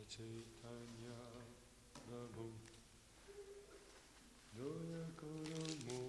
Chaitanya Prabhu Daya Karamo.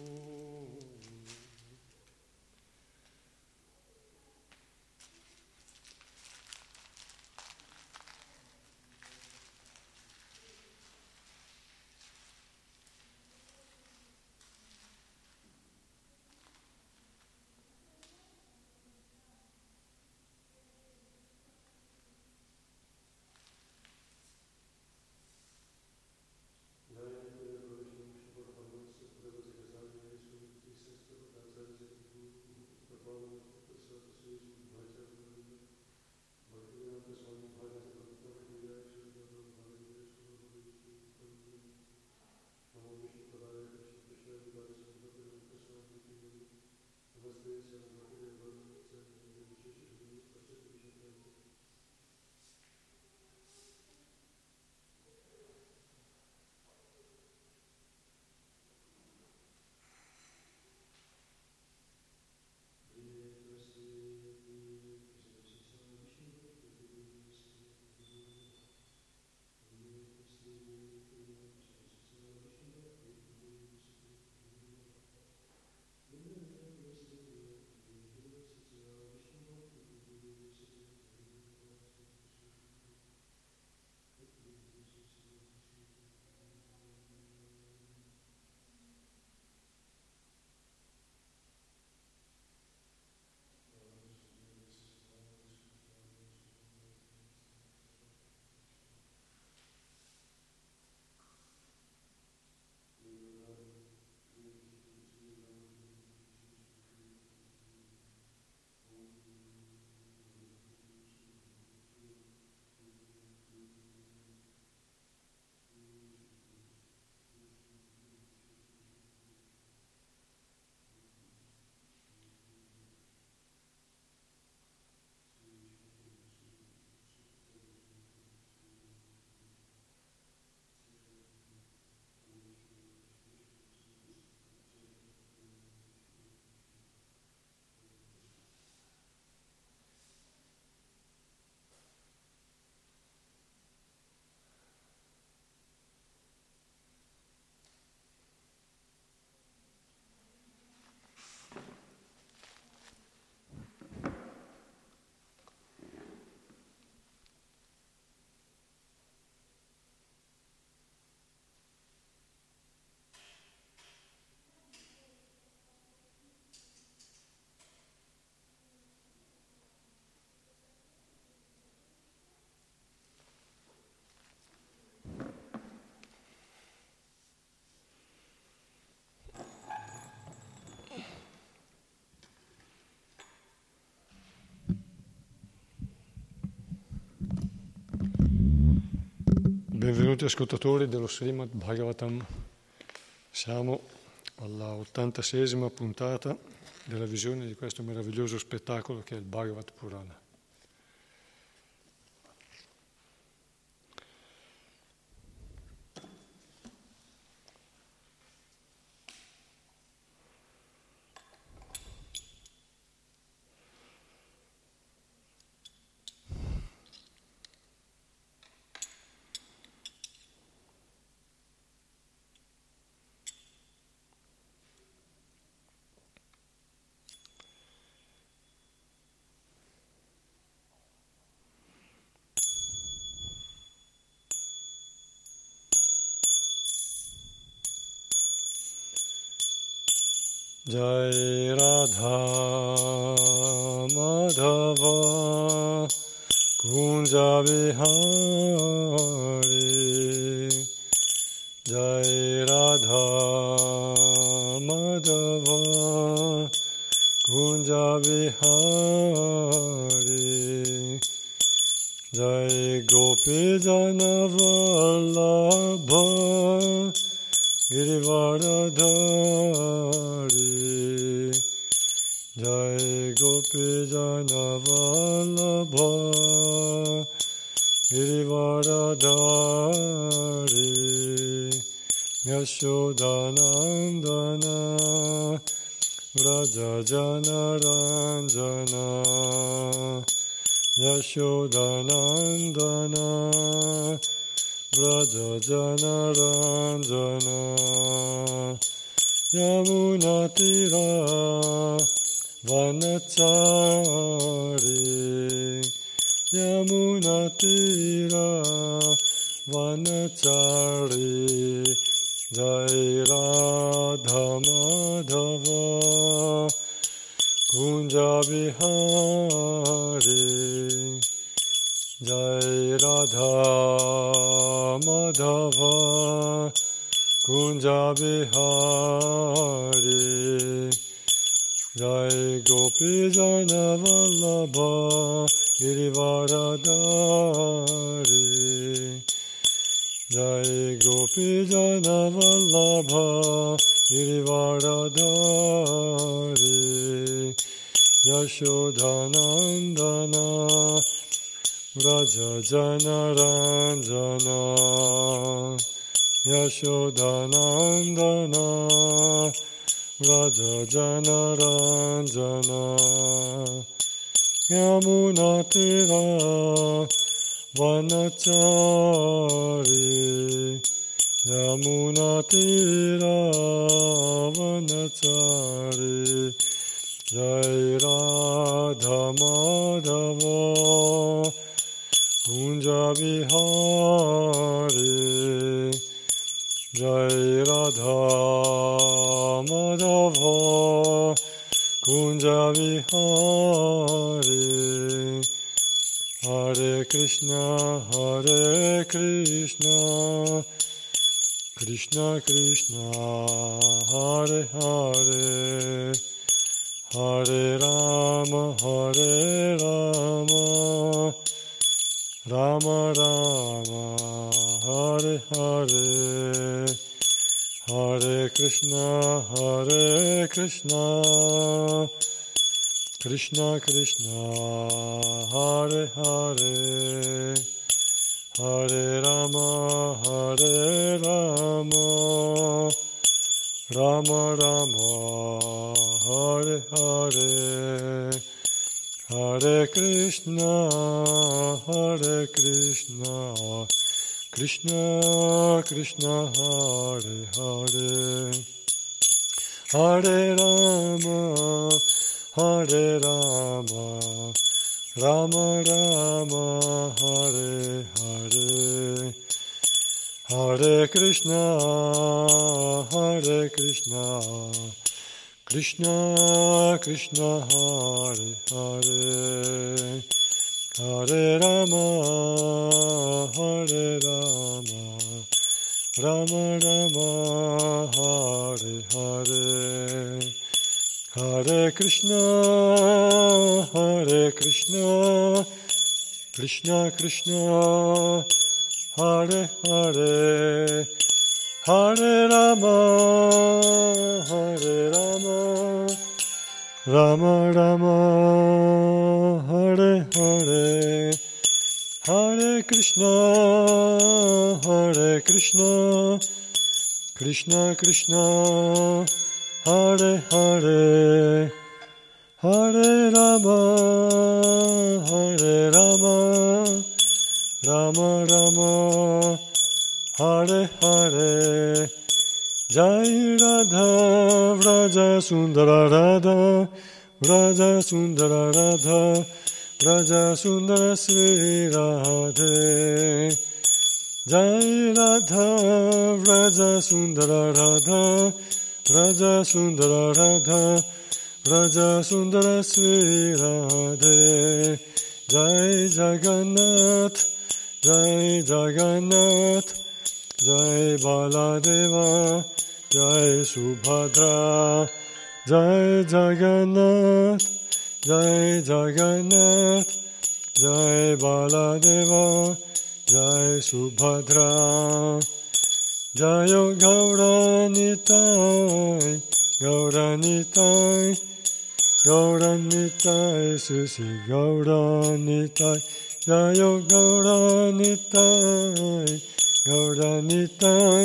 Benvenuti ascoltatori dello Srimad Bhagavatam. Siamo alla 86esima puntata della visione di questo meraviglioso spettacolo che è il Bhagavat Purana. Jai Radha Madhava Kunja Vihari Jai Radha Madhava Kunja Vihari Jai Gopi Jana Vallabha Girivaradhari Jai Gopi Jana Vallabha Girivaradhari Yashodanandana Vraja Jana Ranjana Yashodanandana Vraja Janaranjana Yamunatira Vanachari Yamunatira Vanachari Jai Radha Madhava Kunja Vihari Jai Radha Madhava Kunja Vihari Jai Gopi Jana Vallabha Girivaradari Jai Gopi Jana Vallabha Girivaradari Yashodanandana Vraja Janaranjana Yashodanandana Vraja Janaranjana Yamunatira Vanachari Yamunatira Vanachari Jai Radha Madhava Kunja Vihari Jai Radha Madhava Kunja Vihari Hare Krishna Krishna Krishna Hare Hare Hare Rama Rama Rama Hare Hare Hare Krishna Krishna Krishna Hare Hare Hare Rama Rama Rama Hare Hare Hare Krishna Krishna Krishna Hare Hare Hare Rama Rama Rama Hare Hare Hare Krishna Krishna Krishna Hare Hare Hare Rama Rama Rama Hare Hare Hare Krishna Krishna Krishna Hare Hare Hare Rama Rama Rama Hare Hare Hare Krishna Krishna Krishna Hare Hare Hare Rama Rama Rama Hare Hare Jai Radha Vraja Sundara Radha Vraja Sundara Radha Vraja Sundara Sri Radhe Jai Radha Vraja Sundara Radha Vraja Sundara Radha Vraja Sundara Sri Radhe Jai Jagannath Jai Jagannath Jai Baladeva Jai Subhadra Jai Jagannath Jai Jagannath Jai Baladeva Jai Subhadra Jayo Gauranitai Gauranitai Gauranitai Susi Gauranitai Jayo Gauranitai Gauranitai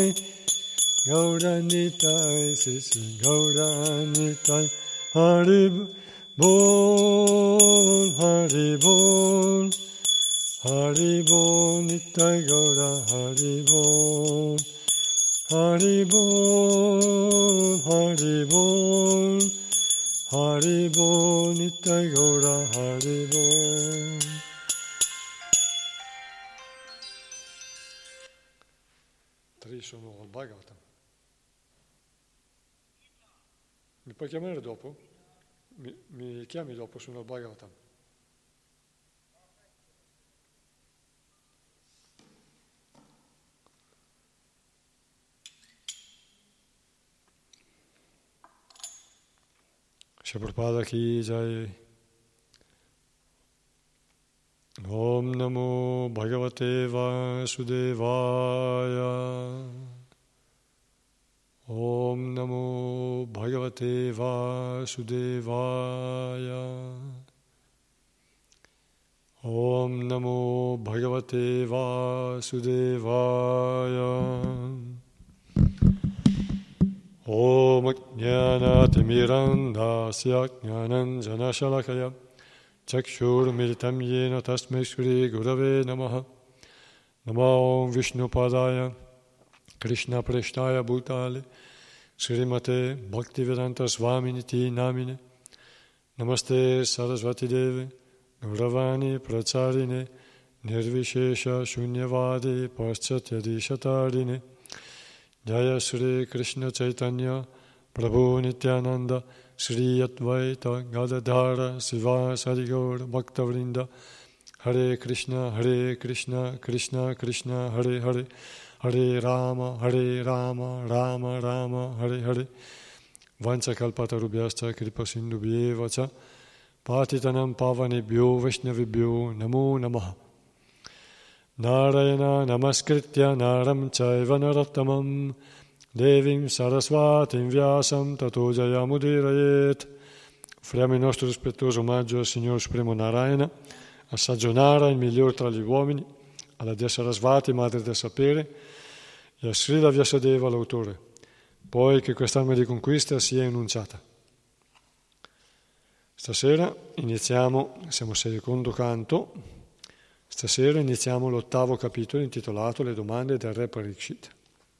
Gauranitai Susi Gauranitai Hari Bol, Hari Bol, Hari Bol, Nitai Gaura, Hari Bol, Hari Bol, Hari Bol, Hari Bol, Nitai Gaura, Hari Bol. Tre sono al Bhagavatam. Mi puoi chiamare dopo? Mi chiami dopo, sono al Bhagavatam. Shri Prabhupada ki jai. Om Namo Bhagavate Vasudevaya. Om Namo Bhagavate Vasudevaya. Om Namo Bhagavate Vasudevaya. Om Jnanatimirandasya Jnananjanashalakaya Chakshurmilitam Yena Tasmai Shri Gurave Namaha. Namo Vishnupadaya Krishna Preshnaya Bhutale Srimate Bhaktivedanta Swaminiti Namine. Namaste Sarasvati Deve Gauravani Pracharine Nirvishesha Shunyavadi Paschatyarishatarine. Jaya Sri Krishna Chaitanya Prabhu Nityananda Sri Advaita Gadadhara Sivasadi Gaur Bhaktavrinda. Hare Krishna Krishna Krishna Hare Hare, Hare Rama Rama Rama Hare Hare. Vancha kalpatarubhyascha kripa sindhubhyeva cha patitanam pavanebhyo vaishnavibhyo namo namaha. Narayana namaskritya naram chaiva narottamam devim sarasvatim vyasam tato jayamudhirayet. Offriamo il nostro rispettoso omaggio al Signor Supremo Narayana, a Saggionara, il miglior tra gli uomini, alla Dea Sarasvati, madre del sapere, e a Srila Vyasadeva, l'autore. Poi che quest'arma di conquista sia enunciata. Stasera iniziamo, siamo al secondo canto, stasera iniziamo l'8° capitolo intitolato Le domande del re Parikshit.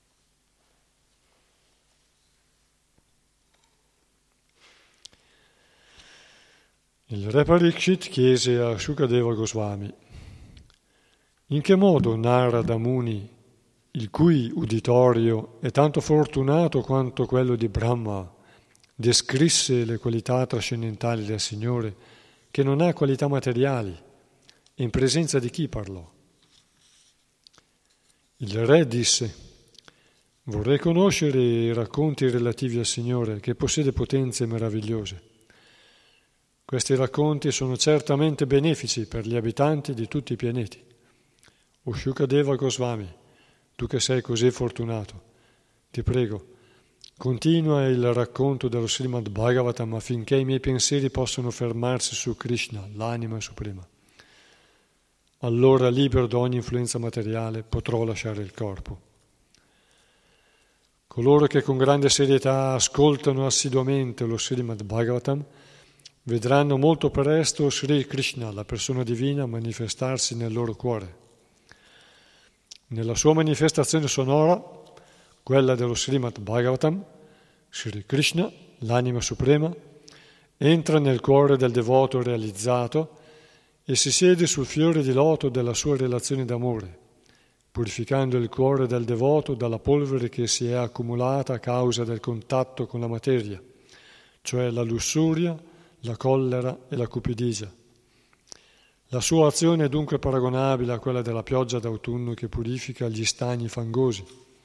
Il re Parikshit chiese a Shukadeva Goswami: in che modo Narada Muni, il cui uditorio è tanto fortunato quanto quello di Brahma, descrisse le qualità trascendentali del Signore, che non ha qualità materiali, e in presenza di chi parlò? Il re disse: vorrei conoscere i racconti relativi al Signore, che possiede potenze meravigliose. Questi racconti sono certamente benefici per gli abitanti di tutti i pianeti. O Shukadeva Goswami, tu che sei così fortunato, ti prego, continua il racconto dello Srimad Bhagavatam affinché i miei pensieri possano fermarsi su Krishna, l'anima suprema. Allora, libero da ogni influenza materiale, potrò lasciare il corpo. Coloro che con grande serietà ascoltano assiduamente lo Srimad Bhagavatam vedranno molto presto Sri Krishna, la persona divina, manifestarsi nel loro cuore. Nella sua manifestazione sonora, quella dello Srimad Bhagavatam, Sri Krishna, l'anima suprema, entra nel cuore del devoto realizzato e si siede sul fiore di loto della sua relazione d'amore, purificando il cuore del devoto dalla polvere che si è accumulata a causa del contatto con la materia, cioè la lussuria, la collera e la cupidigia. La sua azione è dunque paragonabile a quella della pioggia d'autunno che purifica gli stagni fangosi.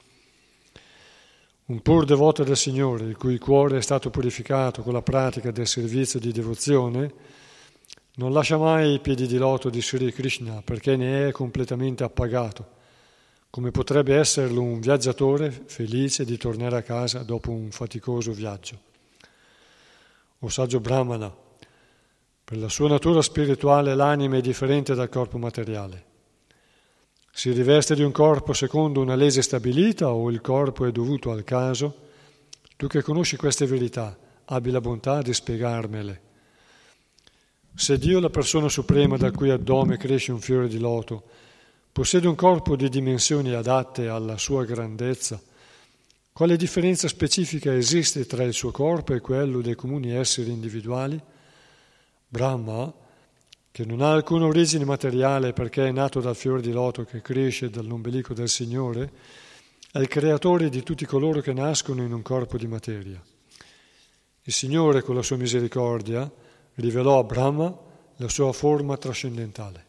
Un pur devoto del Signore, il cui cuore è stato purificato con la pratica del servizio di devozione, non lascia mai i piedi di loto di Sri Krishna perché ne è completamente appagato, come potrebbe esserlo un viaggiatore felice di tornare a casa dopo un faticoso viaggio. O saggio Brahmana, per la sua natura spirituale l'anima è differente dal corpo materiale. Si riveste di un corpo secondo una legge stabilita o il corpo è dovuto al caso? Tu che conosci queste verità, abbi la bontà di spiegarmele. Se Dio, la persona suprema dal cui addome cresce un fiore di loto, possiede un corpo di dimensioni adatte alla sua grandezza, quale differenza specifica esiste tra il suo corpo e quello dei comuni esseri individuali? Brahma, che non ha alcuna origine materiale perché è nato dal fiore di loto che cresce dall'ombelico del Signore, è il creatore di tutti coloro che nascono in un corpo di materia. Il Signore, con la sua misericordia, rivelò a Brahma la sua forma trascendentale.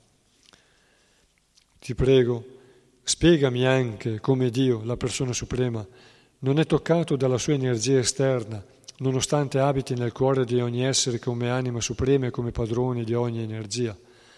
Ti prego, spiegami anche come Dio, la persona suprema, non è toccato dalla sua energia esterna, nonostante abiti nel cuore di ogni essere come anima suprema e come padrone di ogni energia.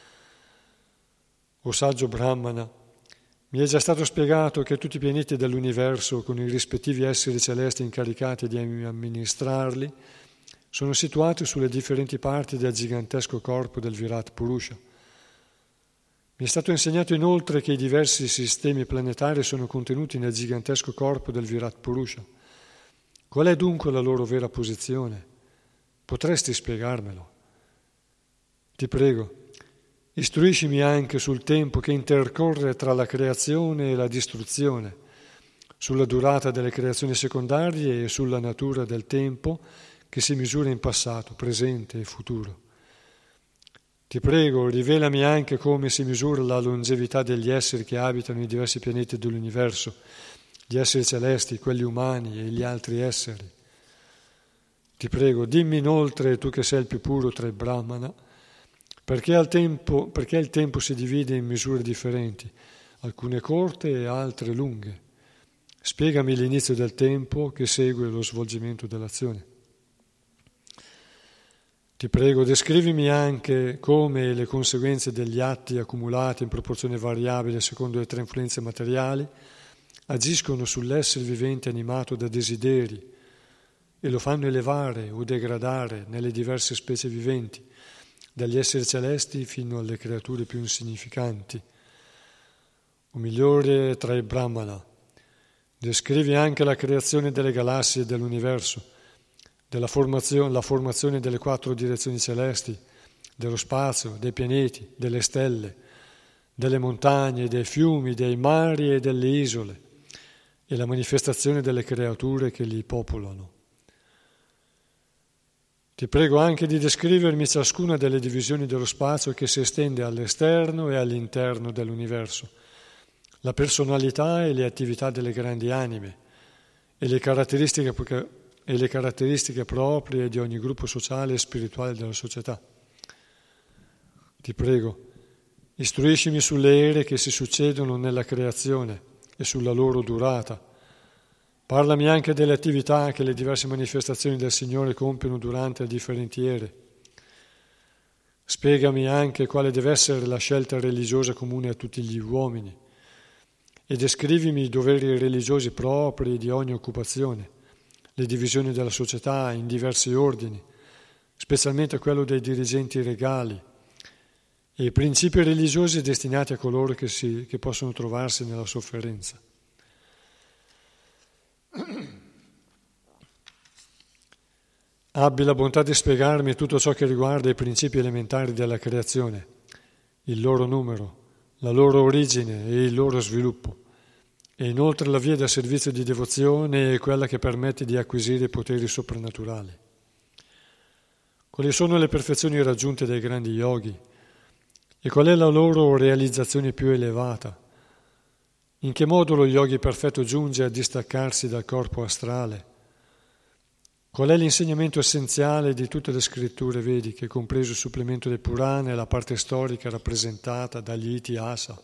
O saggio Brahmana, mi è già stato spiegato che tutti i pianeti dell'universo, con i rispettivi esseri celesti incaricati di amministrarli, sono situati sulle differenti parti del gigantesco corpo del Virat Purusha. Mi è stato insegnato inoltre che i diversi sistemi planetari sono contenuti nel gigantesco corpo del Virat Purusha. Qual è dunque la loro vera posizione? Potresti spiegarmelo? Ti prego, istruiscimi anche sul tempo che intercorre tra la creazione e la distruzione, sulla durata delle creazioni secondarie e sulla natura del tempo che si misura in passato, presente e futuro. Ti prego, rivelami anche come si misura la longevità degli esseri che abitano i diversi pianeti dell'universo, gli esseri celesti, quelli umani e gli altri esseri. Ti prego, dimmi inoltre, tu che sei il più puro tra i Brahmana, perché il tempo si divide in misure differenti, alcune corte e altre lunghe. Spiegami l'inizio del tempo che segue lo svolgimento dell'azione. Ti prego, descrivimi anche come le conseguenze degli atti accumulati in proporzione variabile secondo le tre influenze materiali agiscono sull'essere vivente animato da desideri e lo fanno elevare o degradare nelle diverse specie viventi, dagli esseri celesti fino alle creature più insignificanti. O migliore tra i Brahmana, descrivi anche la creazione delle galassie e dell'universo, la formazione delle 4 direzioni celesti, dello spazio, dei pianeti, delle stelle, delle montagne, dei fiumi, dei mari e delle isole, e la manifestazione delle creature che li popolano. Ti prego anche di descrivermi ciascuna delle divisioni dello spazio che si estende all'esterno e all'interno dell'universo, la personalità e le attività delle grandi anime e le caratteristiche proprie di ogni gruppo sociale e spirituale della società. Ti prego, istruiscimi sulle ere che si succedono nella creazione e sulla loro durata. Parlami anche delle attività che le diverse manifestazioni del Signore compiono durante le differenti ere. Spiegami anche quale deve essere la scelta religiosa comune a tutti gli uomini e descrivimi i doveri religiosi propri di ogni occupazione, le divisioni della società in diversi ordini, specialmente quello dei dirigenti regali, e i principi religiosi destinati a coloro che possono trovarsi nella sofferenza. Abbi la bontà di spiegarmi tutto ciò che riguarda i principi elementari della creazione, il loro numero, la loro origine e il loro sviluppo, e inoltre la via del servizio di devozione è quella che permette di acquisire poteri soprannaturali. Quali sono le perfezioni raggiunte dai grandi yogi e qual è la loro realizzazione più elevata? In che modo lo yogi perfetto giunge a distaccarsi dal corpo astrale? Qual è l'insegnamento essenziale di tutte le scritture vediche, compreso il supplemento dei Purana e la parte storica rappresentata dagli Itihasa?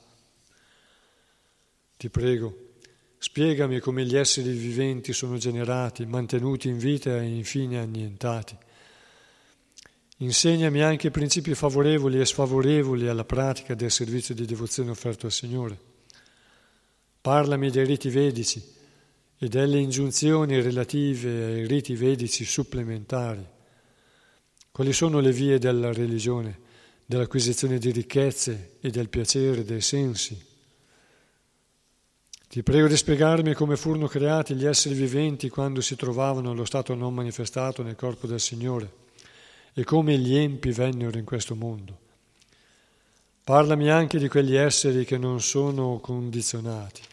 Ti prego, spiegami come gli esseri viventi sono generati, mantenuti in vita e infine annientati. Insegnami anche i principi favorevoli e sfavorevoli alla pratica del servizio di devozione offerto al Signore. Parlami dei riti vedici e delle ingiunzioni relative ai riti vedici supplementari. Quali sono le vie della religione, dell'acquisizione di ricchezze e del piacere dei sensi? Ti prego di spiegarmi come furono creati gli esseri viventi quando si trovavano allo stato non manifestato nel corpo del Signore e come gli empi vennero in questo mondo. Parlami anche di quegli esseri che non sono condizionati.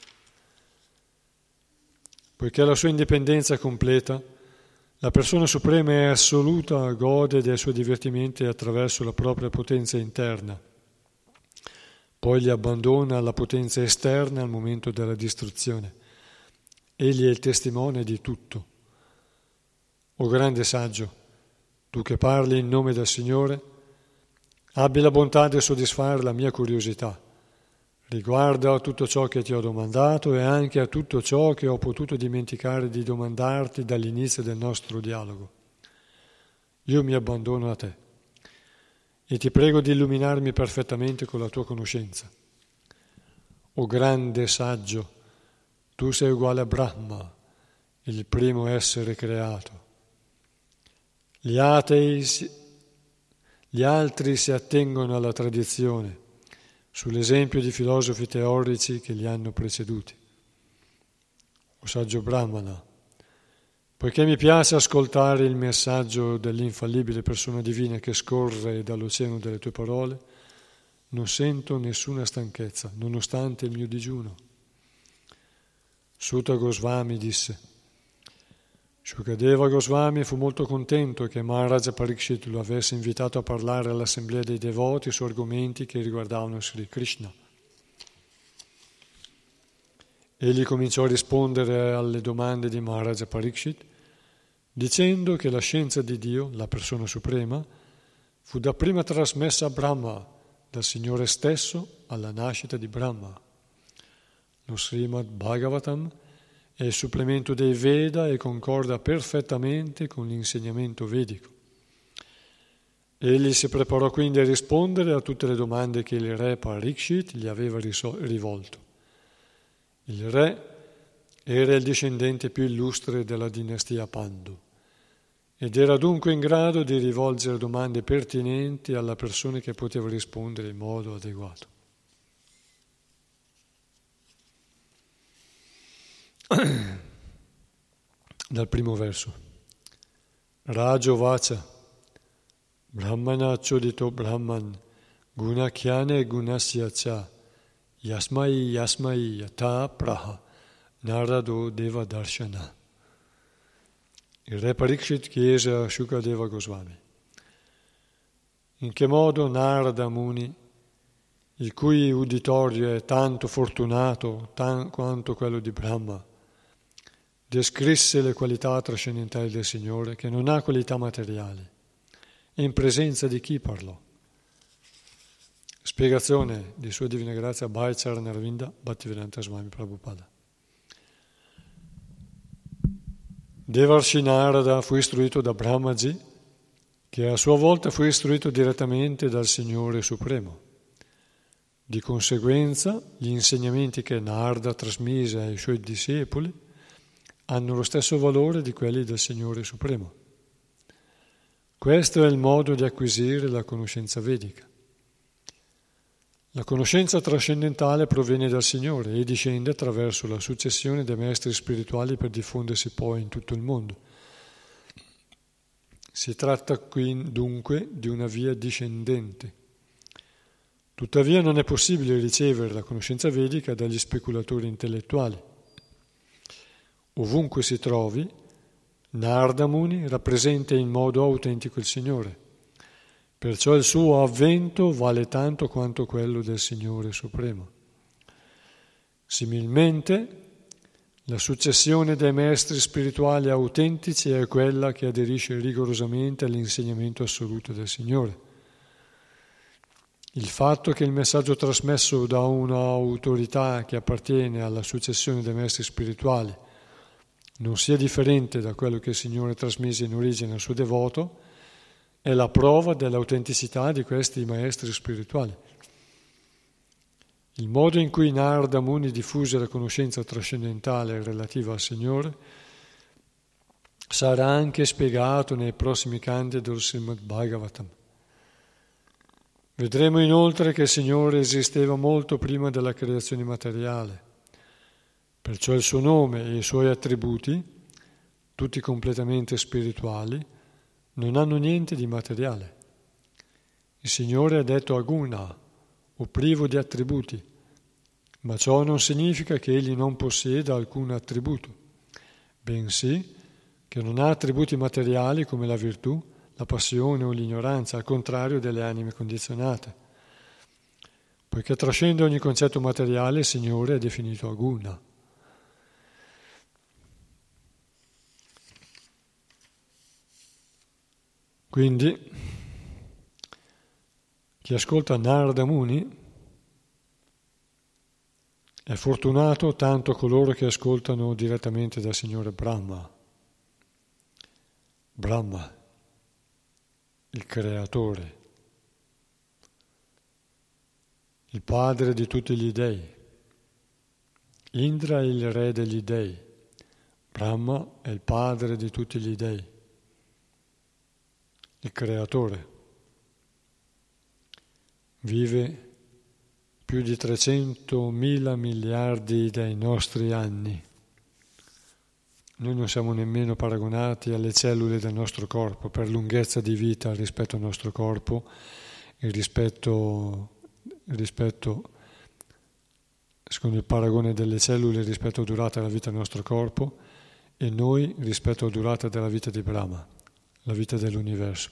Poiché la sua indipendenza è completa, la persona suprema è assoluta, gode dei suoi divertimenti attraverso la propria potenza interna. Poi li abbandona alla potenza esterna al momento della distruzione. Egli è il testimone di tutto. O grande saggio, tu che parli in nome del Signore, abbi la bontà di soddisfare la mia curiosità riguardo a tutto ciò che ti ho domandato e anche a tutto ciò che ho potuto dimenticare di domandarti dall'inizio del nostro dialogo. Io mi abbandono a te e ti prego di illuminarmi perfettamente con la tua conoscenza. O grande saggio, tu sei uguale a Brahma, il primo essere creato. Gli altri si attengono alla tradizione, sull'esempio di filosofi teorici che li hanno preceduti. O saggio Brahmana, poiché mi piace ascoltare il messaggio dell'infallibile persona divina che scorre dall'oceano delle tue parole, non sento nessuna stanchezza, nonostante il mio digiuno. Sutta Goswami disse: Shukadeva Goswami fu molto contento che Maharaja Parikshit lo avesse invitato a parlare all'assemblea dei devoti su argomenti che riguardavano Sri Krishna. Egli cominciò a rispondere alle domande di Maharaja Parikshit dicendo che la scienza di Dio, la persona suprema, fu dapprima trasmessa a Brahma, dal Signore stesso alla nascita di Brahma. Lo Srimad Bhagavatam è il supplemento dei Veda e concorda perfettamente con l'insegnamento vedico. Egli si preparò quindi a rispondere a tutte le domande che il re Parikshit gli aveva rivolto. Il re era il discendente più illustre della dinastia Pandu ed era dunque in grado di rivolgere domande pertinenti alla persona che poteva rispondere in modo adeguato. Dal primo verso. Rajo Vacha Brahmana Chodito Brahman Gunakhyane Gunasya Cha Yasmai Yata Praha Narado Deva Darshana. Il re Parikshit chiese a Shukadeva Goswami: in che modo Narada Muni, il cui uditorio è tanto fortunato quanto quello di Brahma, descrisse le qualità trascendentali del Signore che non ha qualità materiali e in presenza di chi parlò? Spiegazione di Sua Divina Grazia Bhai Charanaravinda Bhaktivedanta Swami Prabhupada. Devarshi Narada fu istruito da Brahmaji, che a sua volta fu istruito direttamente dal Signore Supremo. Di conseguenza, gli insegnamenti che Narada trasmise ai suoi discepoli hanno lo stesso valore di quelli del Signore Supremo. Questo è il modo di acquisire la conoscenza vedica. La conoscenza trascendentale proviene dal Signore e discende attraverso la successione dei maestri spirituali per diffondersi poi in tutto il mondo. Si tratta qui dunque di una via discendente. Tuttavia non è possibile ricevere la conoscenza vedica dagli speculatori intellettuali. Ovunque si trovi, Narada Muni rappresenta in modo autentico il Signore. Perciò il suo avvento vale tanto quanto quello del Signore Supremo. Similmente, la successione dei maestri spirituali autentici è quella che aderisce rigorosamente all'insegnamento assoluto del Signore. Il fatto che il messaggio trasmesso da un'autorità che appartiene alla successione dei maestri spirituali non sia differente da quello che il Signore trasmise in origine al suo devoto è la prova dell'autenticità di questi maestri spirituali. Il modo in cui Narada Muni diffuse la conoscenza trascendentale relativa al Signore sarà anche spiegato nei prossimi canti dello Srimad Bhagavatam. Vedremo inoltre che il Signore esisteva molto prima della creazione materiale, perciò il suo nome e i suoi attributi, tutti completamente spirituali, non hanno niente di materiale. Il Signore è detto aguna, o privo di attributi, ma ciò non significa che egli non possieda alcun attributo, bensì che non ha attributi materiali come la virtù, la passione o l'ignoranza, al contrario delle anime condizionate. Poiché trascende ogni concetto materiale, il Signore è definito aguna. Quindi, chi ascolta Narada Muni è fortunato tanto coloro che ascoltano direttamente dal Signore Brahma. Brahma, il creatore, il padre di tutti gli dei. Indra è il re degli dei. Brahma è il padre di tutti gli dei, il creatore. Vive più di 300.000 miliardi dei nostri anni. Noi non siamo nemmeno paragonati alle cellule del nostro corpo per lunghezza di vita rispetto al nostro corpo e rispetto secondo il paragone delle cellule rispetto alla durata della vita del nostro corpo e noi rispetto alla durata della vita di Brahma, la vita dell'universo.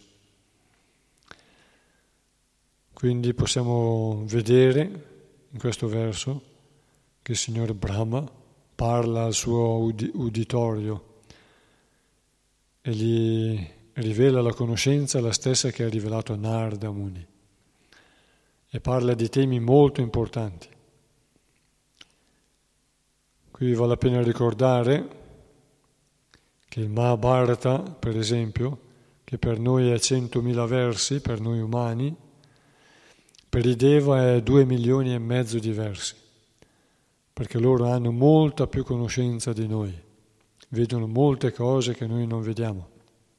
Quindi possiamo vedere in questo verso che il Signore Brahma parla al suo uditorio e gli rivela la conoscenza la stessa che ha rivelato a Narada Muni e parla di temi molto importanti. Qui vale la pena ricordare che il Mahabharata, per esempio, che per noi è 100.000 versi, per noi umani, per i Deva è 2,5 milioni di versi, perché loro hanno molta più conoscenza di noi, vedono molte cose che noi non vediamo.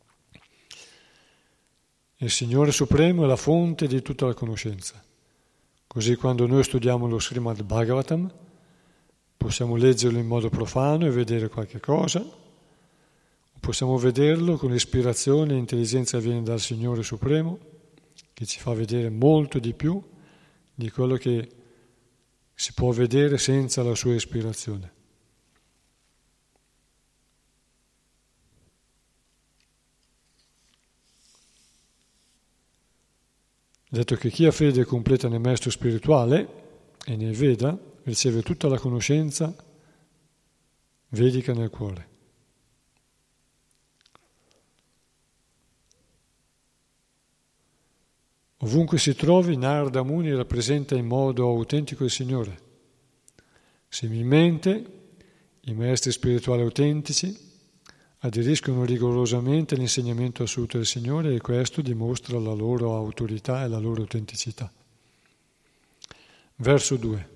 Il Signore Supremo è la fonte di tutta la conoscenza. Così quando noi studiamo lo Srimad Bhagavatam, possiamo leggerlo in modo profano e vedere qualche cosa, o possiamo vederlo con ispirazione e intelligenza che viene dal Signore Supremo, che ci fa vedere molto di più di quello che si può vedere senza la sua ispirazione. Detto che chi ha fede completa nel maestro spirituale e nel Veda riceve tutta la conoscenza vedica nel cuore. Ovunque si trovi, Narada Muni rappresenta in modo autentico il Signore. Similmente, i maestri spirituali autentici aderiscono rigorosamente all'insegnamento assoluto del Signore e questo dimostra la loro autorità e la loro autenticità. Verso 2.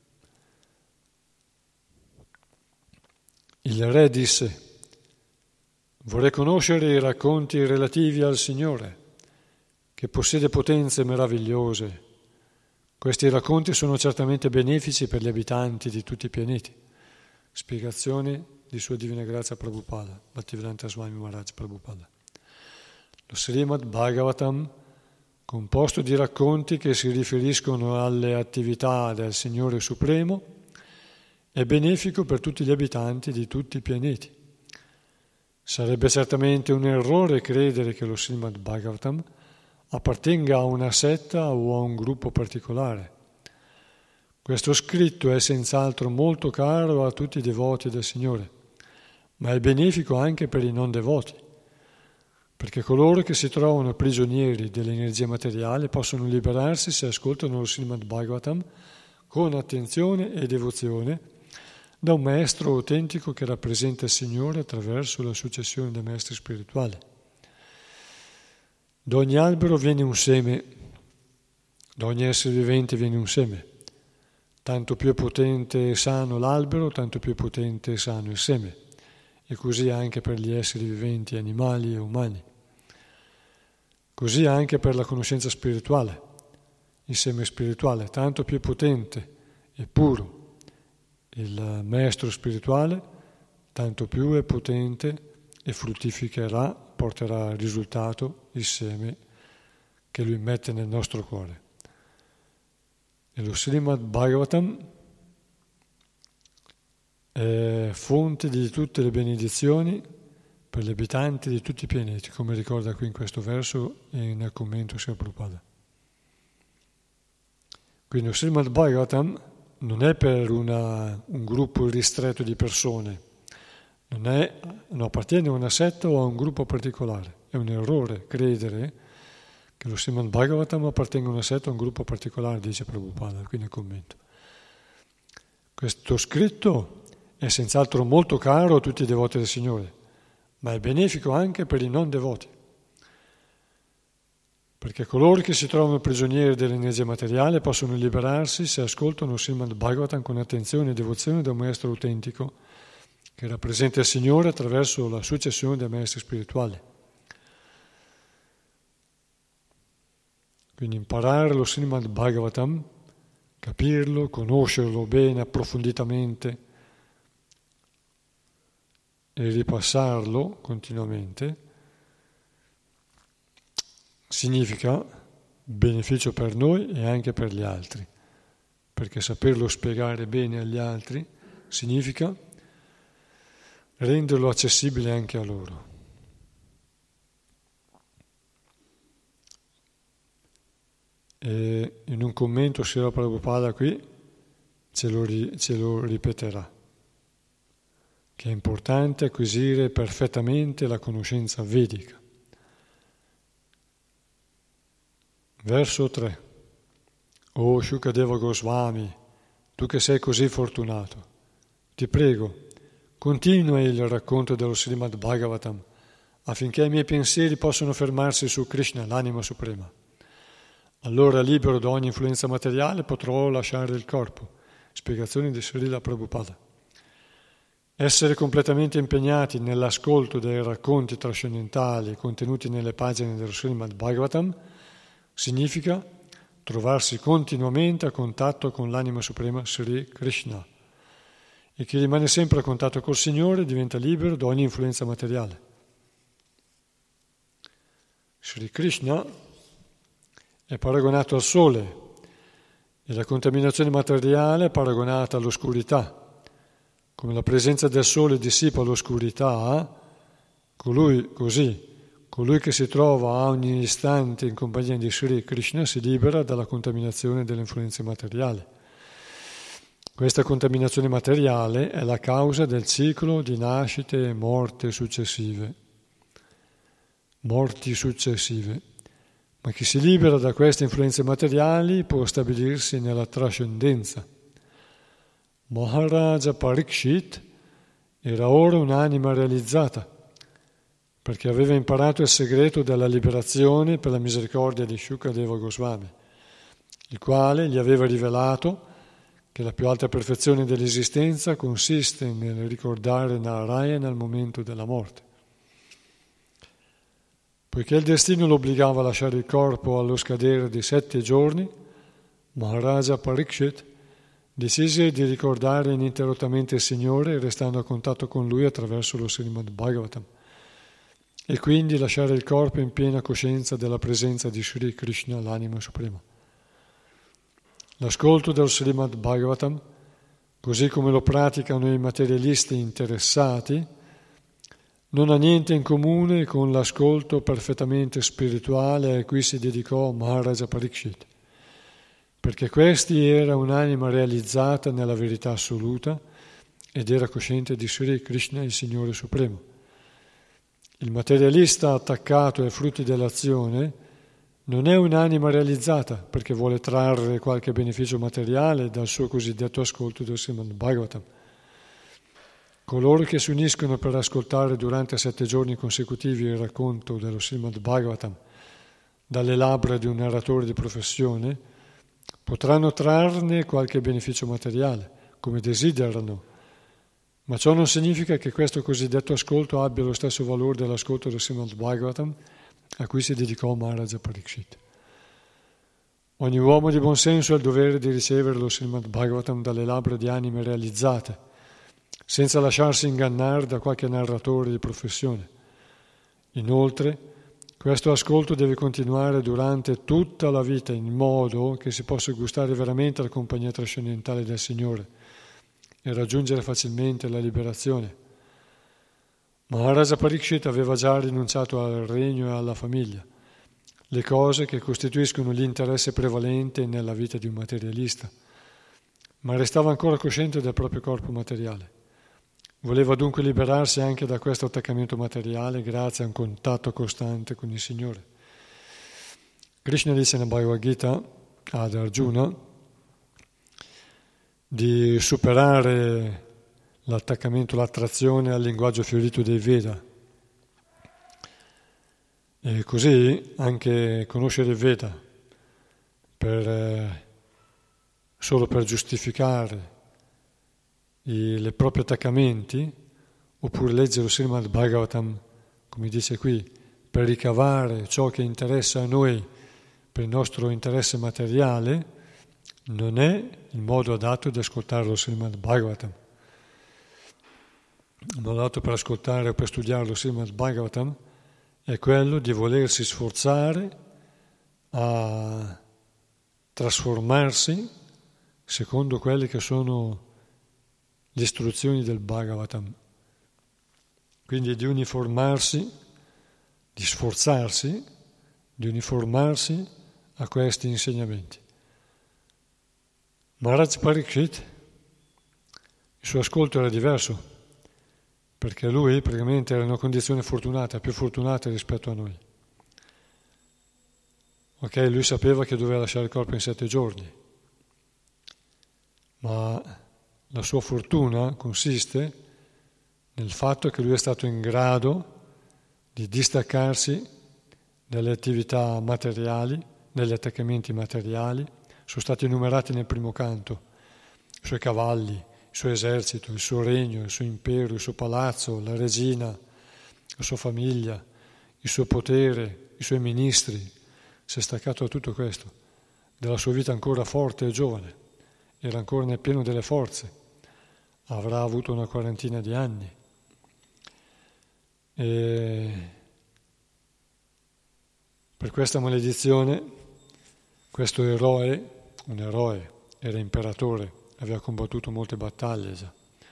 Il re disse: vorrei conoscere i racconti relativi al Signore, che possiede potenze meravigliose. Questi racconti sono certamente benefici per gli abitanti di tutti i pianeti. Spiegazione di Sua Divina Grazia Prabhupada, Bhaktivedanta Swami Maharaj Prabhupada. Lo Srimad Bhagavatam, composto di racconti che si riferiscono alle attività del Signore Supremo, è benefico per tutti gli abitanti di tutti i pianeti. Sarebbe certamente un errore credere che lo Srimad Bhagavatam appartenga a una setta o a un gruppo particolare. Questo scritto è senz'altro molto caro a tutti i devoti del Signore, ma è benefico anche per i non devoti, perché coloro che si trovano prigionieri dell'energia materiale possono liberarsi se ascoltano lo Srimad Bhagavatam con attenzione e devozione da un maestro autentico che rappresenta il Signore attraverso la successione dei maestri spirituali. Da ogni albero viene un seme, da ogni essere vivente viene un seme. Tanto più è potente e sano l'albero, tanto più è potente e sano il seme. E così anche per gli esseri viventi, animali e umani. Così anche per la conoscenza spirituale, il seme spirituale, tanto più è potente e puro il maestro spirituale, tanto più è potente e fruttificherà, porterà il risultato, il seme che lui mette nel nostro cuore. E lo Srimad Bhagavatam è fonte di tutte le benedizioni per gli abitanti di tutti i pianeti, come ricorda qui in questo verso e nel commento Srila Prabhupada. Quindi lo Srimad Bhagavatam non è per un gruppo ristretto di persone, non appartiene a una setta o a un gruppo particolare. È un errore credere che lo Srimad Bhagavatam appartenga a una setta o a un gruppo particolare, dice Prabhupada qui nel commento. Questo scritto è senz'altro molto caro a tutti i devoti del Signore, ma è benefico anche per i non devoti, perché coloro che si trovano prigionieri dell'energia materiale possono liberarsi se ascoltano il Srimad Bhagavatam con attenzione e devozione da un maestro autentico che rappresenta il Signore attraverso la successione dei maestri spirituali. Quindi imparare lo Srimad Bhagavatam, capirlo, conoscerlo bene, approfonditamente e ripassarlo continuamente significa beneficio per noi e anche per gli altri, perché saperlo spiegare bene agli altri significa renderlo accessibile anche a loro. E in un commento Srila Prabhupada qui ce lo ripeterà, che è importante acquisire perfettamente la conoscenza vedica. Verso 3. O Shukadeva Goswami, tu che sei così fortunato, ti prego, continua il racconto dello Srimad Bhagavatam affinché i miei pensieri possano fermarsi su Krishna, l'anima suprema. Allora, libero da ogni influenza materiale, potrò lasciare il corpo. Spiegazioni di Srila Prabhupada. Essere completamente impegnati nell'ascolto dei racconti trascendentali contenuti nelle pagine dello Srimad Bhagavatam significa trovarsi continuamente a contatto con l'anima suprema Sri Krishna, e chi rimane sempre a contatto col Signore diventa libero da ogni influenza materiale. Sri Krishna è paragonato al sole e la contaminazione materiale è paragonata all'oscurità. Come la presenza del sole dissipa l'oscurità, colui che si trova a ogni istante in compagnia di Sri Krishna si libera dalla contaminazione delle influenze materiali. Questa contaminazione materiale è la causa del ciclo di nascite e morti successive. Ma chi si libera da queste influenze materiali può stabilirsi nella trascendenza. Maharaja Parikshit era ora un'anima realizzata, perché aveva imparato il segreto della liberazione per la misericordia di Shukadeva Goswami, il quale gli aveva rivelato che la più alta perfezione dell'esistenza consiste nel ricordare Narayana al momento della morte. Poiché il destino lo obbligava a lasciare il corpo allo scadere di 7 giorni, Maharaja Parikshit decise di ricordare ininterrottamente il Signore restando a contatto con Lui attraverso lo Srimad Bhagavatam e quindi lasciare il corpo in piena coscienza della presenza di Sri Krishna, l'anima suprema. L'ascolto dello Srimad Bhagavatam, così come lo praticano i materialisti interessati, non ha niente in comune con l'ascolto perfettamente spirituale a cui si dedicò Maharaja Parikshit, perché questi era un'anima realizzata nella verità assoluta ed era cosciente di Sri Krishna, il Signore Supremo. Il materialista attaccato ai frutti dell'azione non è un'anima realizzata perché vuole trarre qualche beneficio materiale dal suo cosiddetto ascolto del Srimad Bhagavatam. Coloro che si uniscono per ascoltare durante 7 giorni consecutivi il racconto dello Srimad Bhagavatam dalle labbra di un narratore di professione potranno trarne qualche beneficio materiale, come desiderano, ma ciò non significa che questo cosiddetto ascolto abbia lo stesso valore dell'ascolto del Srimad Bhagavatam a cui si dedicò Maharaja Parikshit. Ogni uomo di buon senso ha il dovere di ricevere lo Srimad Bhagavatam dalle labbra di anime realizzate, senza lasciarsi ingannare da qualche narratore di professione. Inoltre, questo ascolto deve continuare durante tutta la vita in modo che si possa gustare veramente la compagnia trascendentale del Signore e raggiungere facilmente la liberazione. Maharaja Parikshit aveva già rinunciato al regno e alla famiglia, le cose che costituiscono l'interesse prevalente nella vita di un materialista, ma restava ancora cosciente del proprio corpo materiale. Voleva dunque liberarsi anche da questo attaccamento materiale grazie a un contatto costante con il Signore. Krishna dice nella Bhagavad Gita ad Arjuna di superare l'attaccamento, l'attrazione al linguaggio fiorito dei Veda. E così anche conoscere il Veda solo per giustificare i propri attaccamenti, oppure leggere lo Srimad Bhagavatam, come dice qui, per ricavare ciò che interessa a noi per il nostro interesse materiale, non è il modo adatto di ascoltare lo Srimad Bhagavatam. Il modo adatto per ascoltare o per studiare lo Srimad Bhagavatam è quello di volersi sforzare a trasformarsi secondo quelle che sono le istruzioni del Bhagavatam. Quindi di uniformarsi, di sforzarsi, di uniformarsi a questi insegnamenti. Maharaj Parikshit, il suo ascolto era diverso, perché lui praticamente era in una condizione fortunata, più fortunata rispetto a noi. Ok, lui sapeva che doveva lasciare il corpo in 7 giorni, ma la sua fortuna consiste nel fatto che lui è stato in grado di distaccarsi dalle attività materiali, dagli attaccamenti materiali. Sono stati enumerati nel primo canto i suoi cavalli, il suo esercito, il suo regno, il suo impero, il suo palazzo, la regina, la sua famiglia, il suo potere, i suoi ministri. Si è staccato da tutto questo, della sua vita ancora forte e giovane. Era ancora nel pieno delle forze, avrà avuto una 40 di anni. E per questa maledizione, questo eroe, un eroe, era imperatore, aveva combattuto molte battaglie già,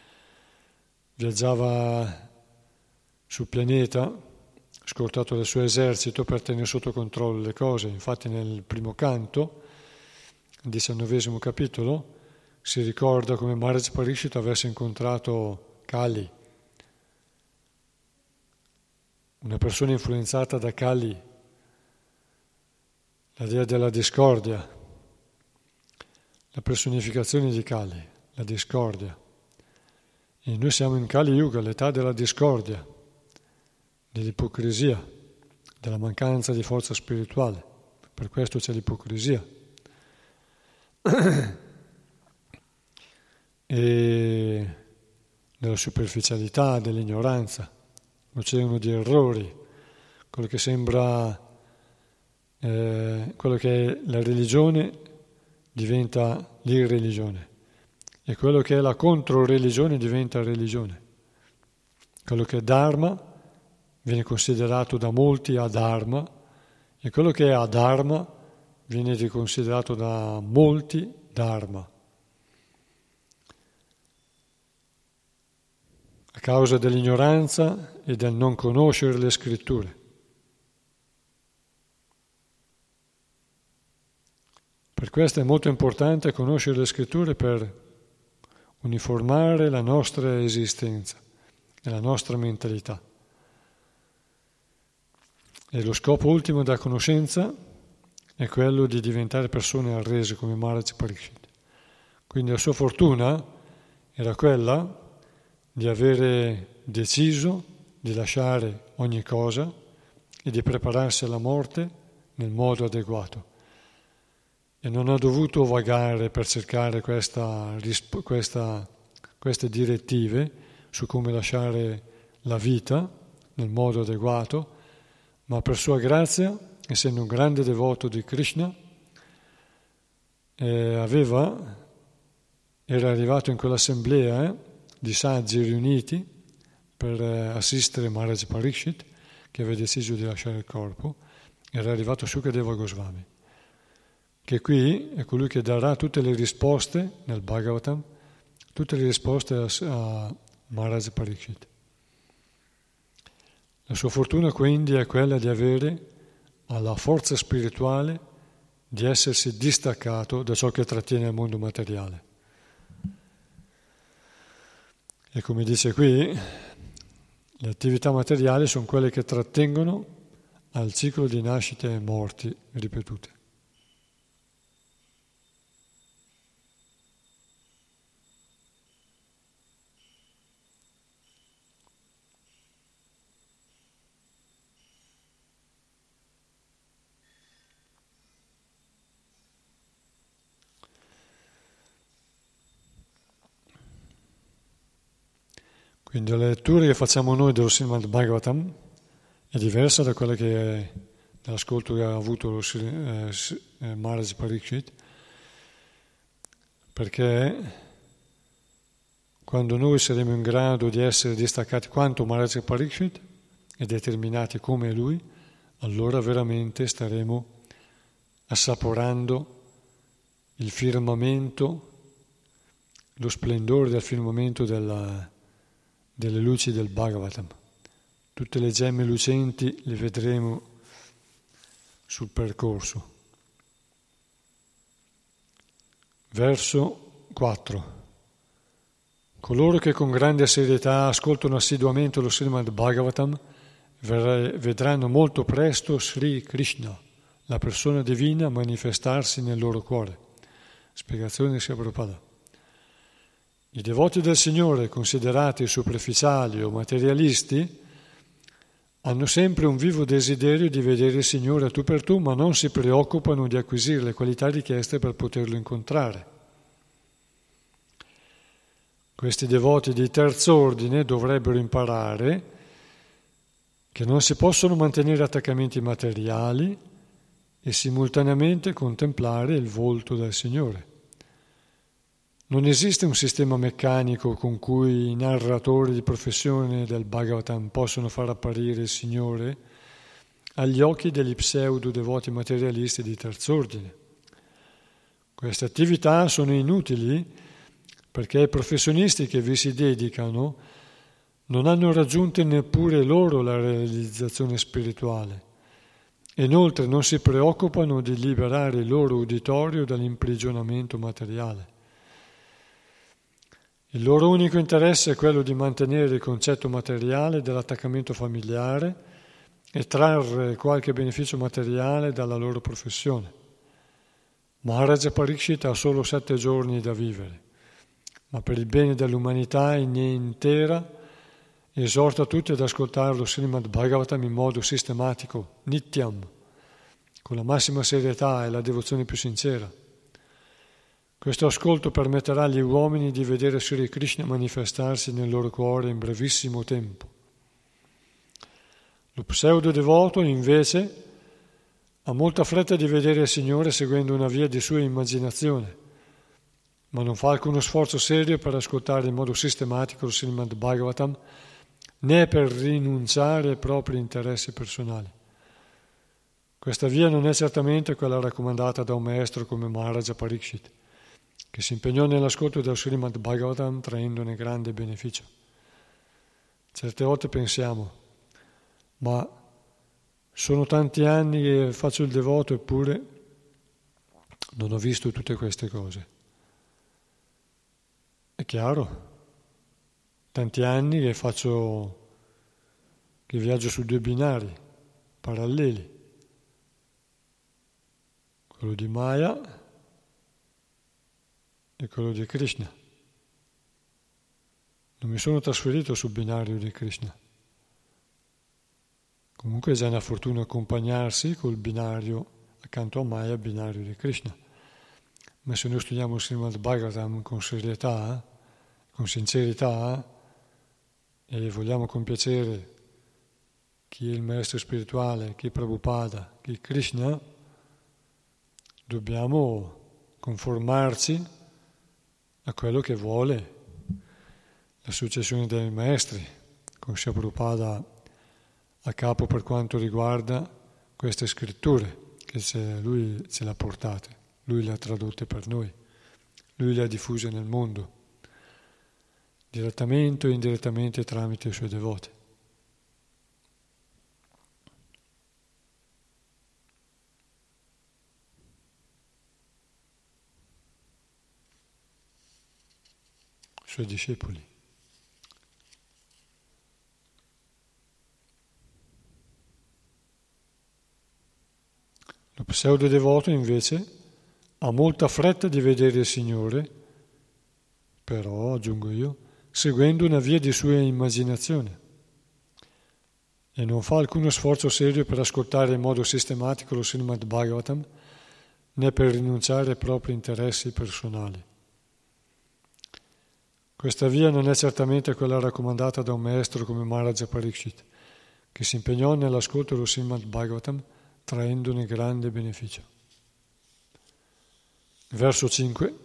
viaggiava sul pianeta, scortato dal suo esercito per tenere sotto controllo le cose. Infatti nel primo canto, il 19° capitolo, si ricorda come Maharaj Parikshit avesse incontrato Kali, una persona influenzata da Kali, la dea della discordia, la personificazione di Kali, la discordia. E noi siamo in Kali Yuga, l'età della discordia, dell'ipocrisia, della mancanza di forza spirituale. Per questo c'è l'ipocrisia. E della superficialità, dell'ignoranza, l'oceano di errori, quello che sembra, quello che è la religione diventa l'irreligione e quello che è la controreligione diventa religione. Quello che è Dharma viene considerato da molti adharma e quello che è adharma viene riconsiderato da molti dharma. A causa dell'ignoranza e del non conoscere le scritture. Per questo è molto importante conoscere le scritture per uniformare la nostra esistenza e la nostra mentalità. E lo scopo ultimo della conoscenza è quello di diventare persone arrese come Maharaj Parikshit. Quindi la sua fortuna era quella di avere deciso di lasciare ogni cosa e di prepararsi alla morte nel modo adeguato. E non ha dovuto vagare per cercare queste direttive su come lasciare la vita nel modo adeguato, ma per sua grazia, essendo un grande devoto di Krishna, era arrivato in quell'assemblea di saggi riuniti per assistere Maharaj Parikshit, che aveva deciso di lasciare il corpo, era arrivato Sukadeva Goswami, che qui è colui che darà tutte le risposte nel Bhagavatam, tutte le risposte a Maharaj Pariksit. La sua fortuna quindi è quella di avere la forza spirituale di essersi distaccato da ciò che trattiene il mondo materiale. E come dice qui, le attività materiali sono quelle che trattengono al ciclo di nascite e morti ripetute. Quindi la lettura che facciamo noi dello Srimad Bhagavatam è diversa da quella che è dall'ascolto che ha avuto lo Maharaj Pariksit, perché quando noi saremo in grado di essere distaccati quanto Maharaj Pariksit e determinati come lui, allora veramente staremo assaporando il firmamento, lo splendore del firmamento delle luci del Bhagavatam. Tutte le gemme lucenti le vedremo sul percorso. Verso 4. Coloro che con grande serietà ascoltano assiduamente lo Srimad Bhagavatam vedranno molto presto Sri Krishna, la persona divina, manifestarsi nel loro cuore. Spiegazione di Srila Prabhupada. I devoti del Signore, considerati superficiali o materialisti, hanno sempre un vivo desiderio di vedere il Signore a tu per tu, ma non si preoccupano di acquisire le qualità richieste per poterlo incontrare. Questi devoti di terzo ordine dovrebbero imparare che non si possono mantenere attaccamenti materiali e simultaneamente contemplare il volto del Signore. Non esiste un sistema meccanico con cui i narratori di professione del Bhagavatam possono far apparire il Signore agli occhi degli pseudo-devoti materialisti di terzo ordine. Queste attività sono inutili perché i professionisti che vi si dedicano non hanno raggiunto neppure loro la realizzazione spirituale e inoltre non si preoccupano di liberare il loro uditorio dall'imprigionamento materiale. Il loro unico interesse è quello di mantenere il concetto materiale dell'attaccamento familiare e trarre qualche beneficio materiale dalla loro professione. Maharaj Pariksit ha solo 7 giorni da vivere, ma per il bene dell'umanità intera esorta tutti ad ascoltare lo Srimad Bhagavatam in modo sistematico, nityam, con la massima serietà e la devozione più sincera. Questo ascolto permetterà agli uomini di vedere Sri Krishna manifestarsi nel loro cuore in brevissimo tempo. Lo pseudo-devoto, invece, ha molta fretta di vedere il Signore seguendo una via di sua immaginazione, ma non fa alcuno sforzo serio per ascoltare in modo sistematico lo Srimad Bhagavatam, né per rinunciare ai propri interessi personali. Questa via non è certamente quella raccomandata da un maestro come Maharaj Pariksit, che si impegnò nell'ascolto del Srimad Bhagavatam traendone grande beneficio. Certe volte pensiamo, ma sono tanti anni che faccio il devoto eppure non ho visto tutte queste cose. È chiaro, tanti anni che viaggio su 2 binari paralleli, quello di Maya e quello di Krishna. Non mi sono trasferito sul binario di Krishna. Comunque è già una fortuna accompagnarsi col binario accanto a Maya, binario di Krishna. Ma se noi studiamo il Srimad Bhagavatam con serietà, con sincerità, e vogliamo compiacere chi è il maestro spirituale, chi è Prabhupada, chi è Krishna, dobbiamo conformarci a quello che vuole la successione dei maestri. Con Srila Prabhupada a capo per quanto riguarda queste scritture, che lui ce le ha portate, lui le ha tradotte per noi, lui le ha diffuse nel mondo, direttamente o indirettamente tramite i suoi devoti. Suoi discepoli. Lo pseudo-devoto invece ha molta fretta di vedere il Signore, però, aggiungo io, seguendo una via di sua immaginazione e non fa alcuno sforzo serio per ascoltare in modo sistematico lo Srimad Bhagavatam né per rinunciare ai propri interessi personali. Questa via non è certamente quella raccomandata da un maestro come Maharaja Parikshit, che si impegnò nell'ascolto dello Srimad Bhagavatam traendone grande beneficio. Verso 5.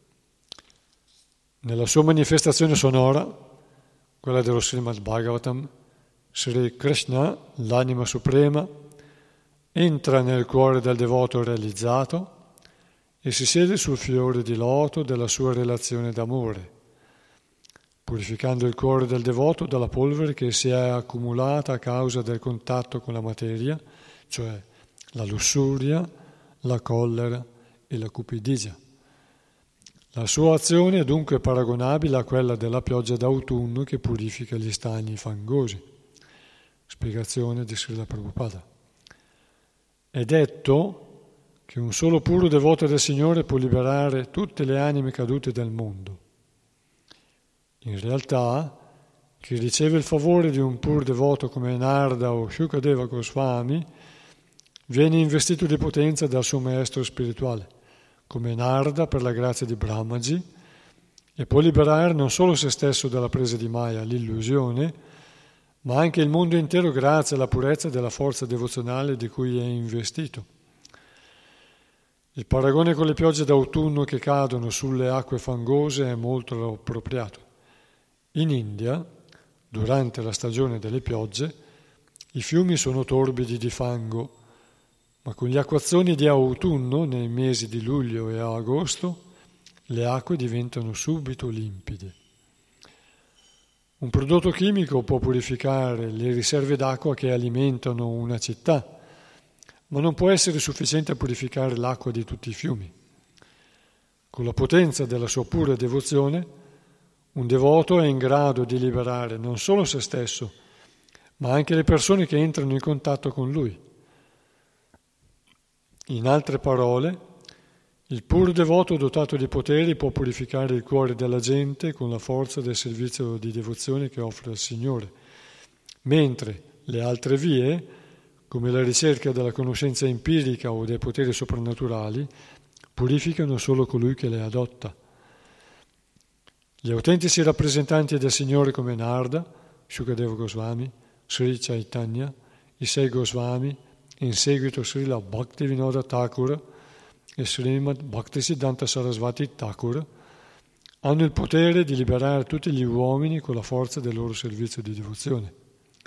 Nella sua manifestazione sonora, quella dello Srimad Bhagavatam, Sri Krishna, l'anima suprema, entra nel cuore del devoto realizzato e si siede sul fiore di loto della sua relazione d'amore, purificando il cuore del devoto dalla polvere che si è accumulata a causa del contatto con la materia, cioè la lussuria, la collera e la cupidigia. La sua azione è dunque paragonabile a quella della pioggia d'autunno che purifica gli stagni fangosi. Spiegazione di Srila Prabhupada. È detto che un solo puro devoto del Signore può liberare tutte le anime cadute del mondo. In realtà, chi riceve il favore di un pur devoto come Narada o Shukadeva Goswami viene investito di potenza dal suo maestro spirituale, come Narada per la grazia di Brahmaji, e può liberare non solo se stesso dalla presa di Maya, l'illusione, ma anche il mondo intero grazie alla purezza della forza devozionale di cui è investito. Il paragone con le piogge d'autunno che cadono sulle acque fangose è molto appropriato. In India, durante la stagione delle piogge, i fiumi sono torbidi di fango, ma con gli acquazzoni di autunno, nei mesi di luglio e agosto, le acque diventano subito limpide. Un prodotto chimico può purificare le riserve d'acqua che alimentano una città, ma non può essere sufficiente a purificare l'acqua di tutti i fiumi. Con la potenza della sua pura devozione, un devoto è in grado di liberare non solo se stesso, ma anche le persone che entrano in contatto con lui. In altre parole, il puro devoto dotato di poteri può purificare il cuore della gente con la forza del servizio di devozione che offre al Signore, mentre le altre vie, come la ricerca della conoscenza empirica o dei poteri soprannaturali, purificano solo colui che le adotta. Gli autentici rappresentanti del Signore come Narada, Shukadeva Goswami, Sri Chaitanya, i 6 Goswami, in seguito Srila Bhaktivinoda Thakura e Srimad Bhaktisiddhanta Sarasvati Thakura, hanno il potere di liberare tutti gli uomini con la forza del loro servizio di devozione.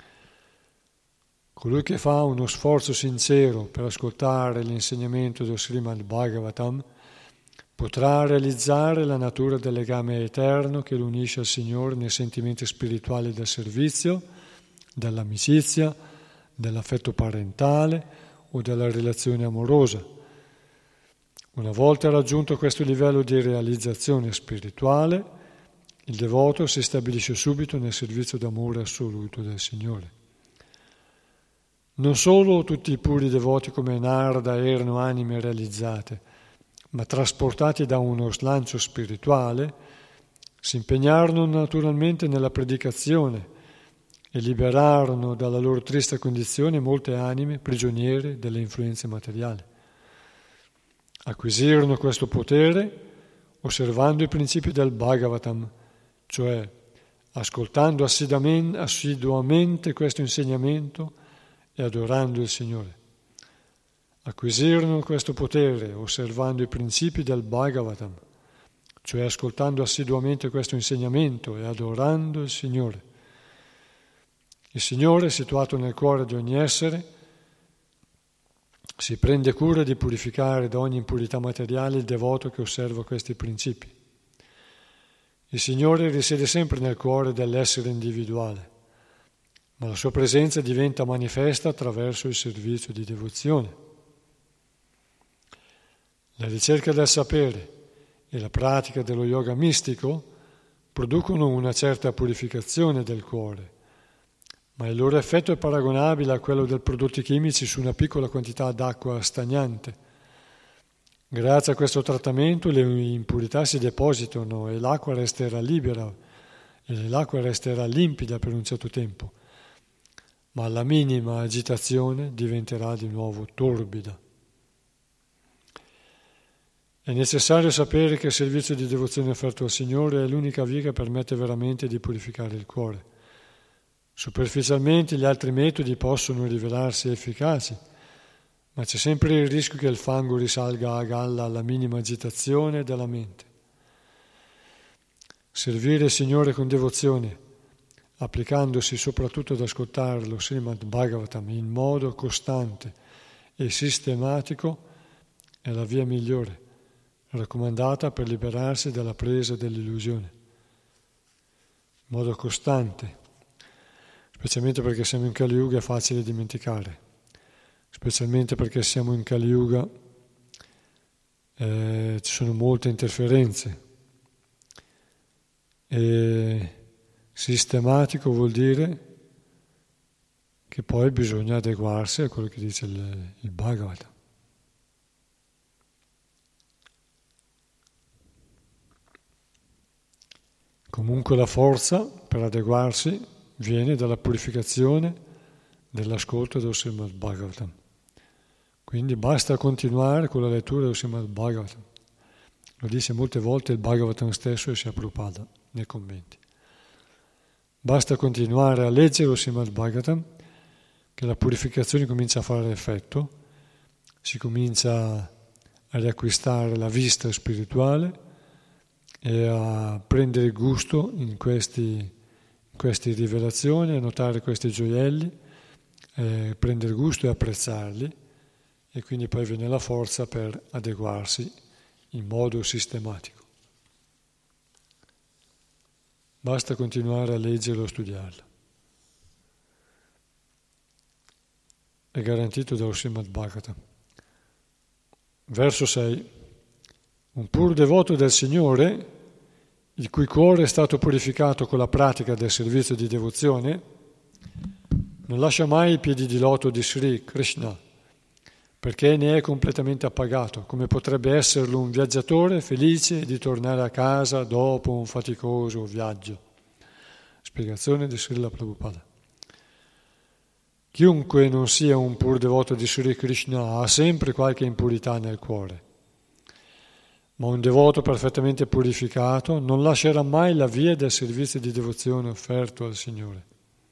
Colui che fa uno sforzo sincero per ascoltare l'insegnamento del Srimad Bhagavatam potrà realizzare la natura del legame eterno che lo unisce al Signore nei sentimenti spirituali del servizio, dell'amicizia, dell'affetto parentale o della relazione amorosa. Una volta raggiunto questo livello di realizzazione spirituale, il devoto si stabilisce subito nel servizio d'amore assoluto del Signore. Non solo tutti i puri devoti come Narada erano anime realizzate, ma trasportati da uno slancio spirituale, si impegnarono naturalmente nella predicazione e liberarono dalla loro triste condizione molte anime prigioniere delle influenze materiali. Acquisirono questo potere osservando i principi del Bhagavatam, cioè ascoltando assiduamente questo insegnamento e adorando il Signore. Acquisirono questo potere osservando i principi del Bhagavatam, cioè ascoltando assiduamente questo insegnamento e adorando il Signore. Il Signore, situato nel cuore di ogni essere, si prende cura di purificare da ogni impurità materiale il devoto che osserva questi principi. Il Signore risiede sempre nel cuore dell'essere individuale, ma la sua presenza diventa manifesta attraverso il servizio di devozione. La ricerca del sapere e la pratica dello yoga mistico producono una certa purificazione del cuore, ma il loro effetto è paragonabile a quello dei prodotti chimici su una piccola quantità d'acqua stagnante. Grazie a questo trattamento le impurità si depositano e l'acqua resterà libera e l'acqua resterà limpida per un certo tempo, ma alla minima agitazione diventerà di nuovo torbida. È necessario sapere che il servizio di devozione offerto al Signore è l'unica via che permette veramente di purificare il cuore. Superficialmente gli altri metodi possono rivelarsi efficaci, ma c'è sempre il rischio che il fango risalga a galla alla minima agitazione della mente. Servire il Signore con devozione, applicandosi soprattutto ad ascoltare lo Srimad Bhagavatam in modo costante e sistematico, è la via migliore, raccomandata per liberarsi dalla presa dell'illusione. In modo costante, specialmente perché siamo in Kali Yuga è facile dimenticare, specialmente perché siamo in Kali Yuga, ci sono molte interferenze. E sistematico vuol dire che poi bisogna adeguarsi a quello che dice il Bhagavatam. Comunque la forza per adeguarsi viene dalla purificazione dell'ascolto dello Srimad Bhagavatam. Quindi basta continuare con la lettura dello Srimad Bhagavatam. Lo dice molte volte il Bhagavatam stesso e Srila Prabhupada nei commenti. Basta continuare a leggere lo Srimad Bhagavatam che la purificazione comincia a fare effetto, si comincia a riacquistare la vista spirituale e a prendere gusto in queste rivelazioni, a notare questi gioielli, prendere gusto e apprezzarli, e quindi poi viene la forza per adeguarsi in modo sistematico. Basta continuare a leggerlo e a studiarlo. È garantito dallo Srimad Bhagavatam. Verso 6. Un pur devoto del Signore, il cui cuore è stato purificato con la pratica del servizio di devozione, non lascia mai i piedi di loto di Sri Krishna, perché ne è completamente appagato, come potrebbe esserlo un viaggiatore felice di tornare a casa dopo un faticoso viaggio. Spiegazione di Srila Prabhupada. Chiunque non sia un pur devoto di Sri Krishna ha sempre qualche impurità nel cuore, ma un devoto perfettamente purificato non lascerà mai la via del servizio di devozione offerto al Signore.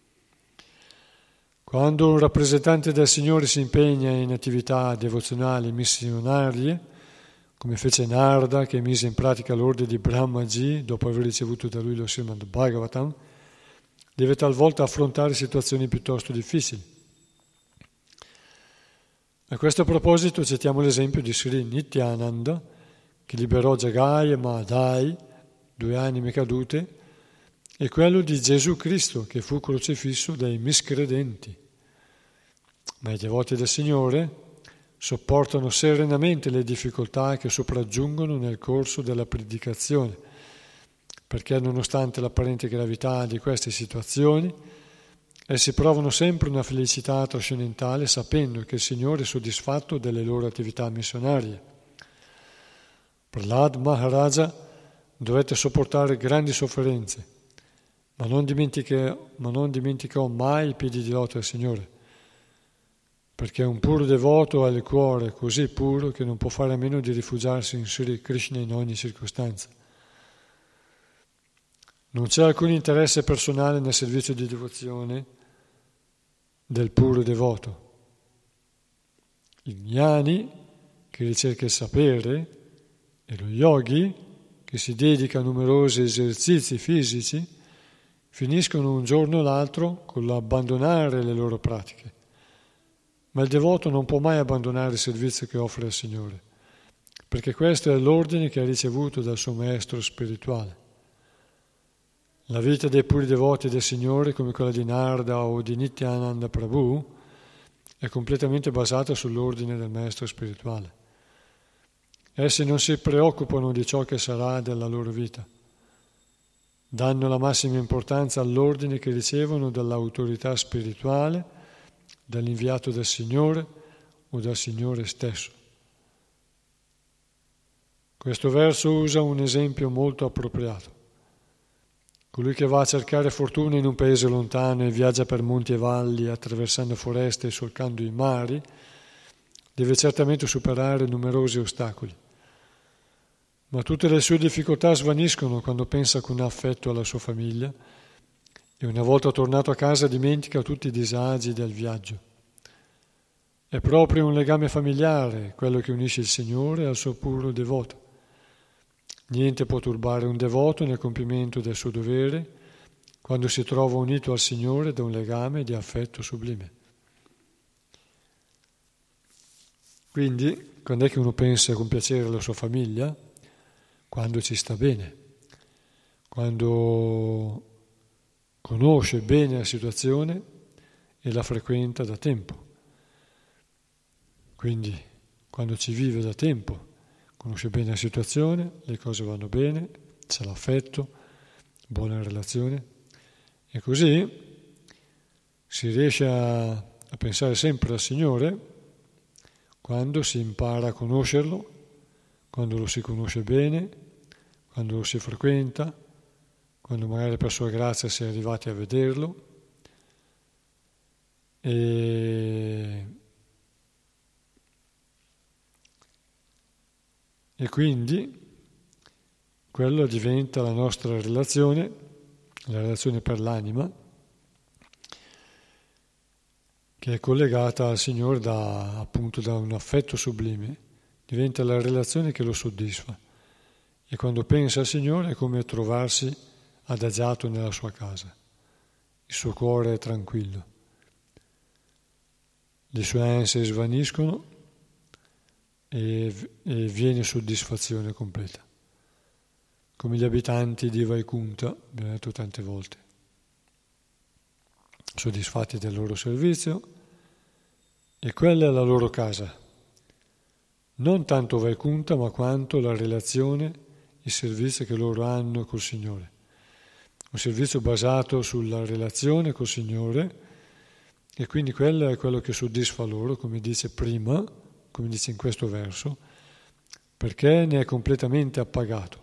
Quando un rappresentante del Signore si impegna in attività devozionali missionarie, come fece Narada, che mise in pratica l'ordine di Brahmaji dopo aver ricevuto da lui lo Srimad Bhagavatam, deve talvolta affrontare situazioni piuttosto difficili. A questo proposito citiamo l'esempio di Sri Nityananda, che liberò Jagai e Madai, 2 anime cadute, e quello di Gesù Cristo, che fu crocifisso dai miscredenti. Ma i devoti del Signore sopportano serenamente le difficoltà che sopraggiungono nel corso della predicazione, perché nonostante l'apparente gravità di queste situazioni, essi provano sempre una felicità trascendentale sapendo che il Signore è soddisfatto delle loro attività missionarie. Prahlad Maharaja dovette sopportare grandi sofferenze, ma non dimenticò mai i piedi di loto del Signore, perché un puro devoto ha il cuore così puro che non può fare a meno di rifugiarsi in Sri Krishna in ogni circostanza. Non c'è alcun interesse personale nel servizio di devozione del puro devoto. Il gnani, che ricerca il sapere, e lo yogi, che si dedica a numerosi esercizi fisici, finiscono un giorno o l'altro con l'abbandonare le loro pratiche. Ma il devoto non può mai abbandonare il servizio che offre al Signore, perché questo è l'ordine che ha ricevuto dal suo maestro spirituale. La vita dei puri devoti del Signore, come quella di Narada o di Nityananda Prabhu, è completamente basata sull'ordine del maestro spirituale. Essi non si preoccupano di ciò che sarà della loro vita. Danno la massima importanza all'ordine che ricevono dall'autorità spirituale, dall'inviato del Signore o dal Signore stesso. Questo verso usa un esempio molto appropriato. Colui che va a cercare fortuna in un paese lontano e viaggia per monti e valli, attraversando foreste e solcando i mari, deve certamente superare numerosi ostacoli. Ma tutte le sue difficoltà svaniscono quando pensa con affetto alla sua famiglia e una volta tornato a casa dimentica tutti i disagi del viaggio. È proprio un legame familiare quello che unisce il Signore al suo puro devoto. Niente può turbare un devoto nel compimento del suo dovere quando si trova unito al Signore da un legame di affetto sublime. Quindi, quando è che uno pensa a compiacere la sua famiglia? Quando ci sta bene, quando conosce bene la situazione e la frequenta da tempo. Quindi, quando ci vive da tempo, conosce bene la situazione, le cose vanno bene, c'è l'affetto, buona relazione e così si riesce a pensare sempre al Signore quando si impara a conoscerlo, quando lo si conosce bene, quando lo si frequenta, quando magari per sua grazia si è arrivati a vederlo e quindi quello diventa la nostra relazione, la relazione per l'anima, che è collegata al Signore appunto da un affetto sublime, diventa la relazione che lo soddisfa. E quando pensa al Signore è come trovarsi adagiato nella sua casa, il suo cuore è tranquillo, le sue ansie svaniscono e viene soddisfazione completa, come gli abitanti di Vaikunta, abbiamo detto tante volte, soddisfatti del loro servizio e quella è la loro casa, non tanto Vaikunta ma quanto la relazione, il servizio che loro hanno col Signore, un servizio basato sulla relazione col Signore e quindi quello è quello che soddisfa loro, come dice prima, come dice in questo verso, perché ne è completamente appagato.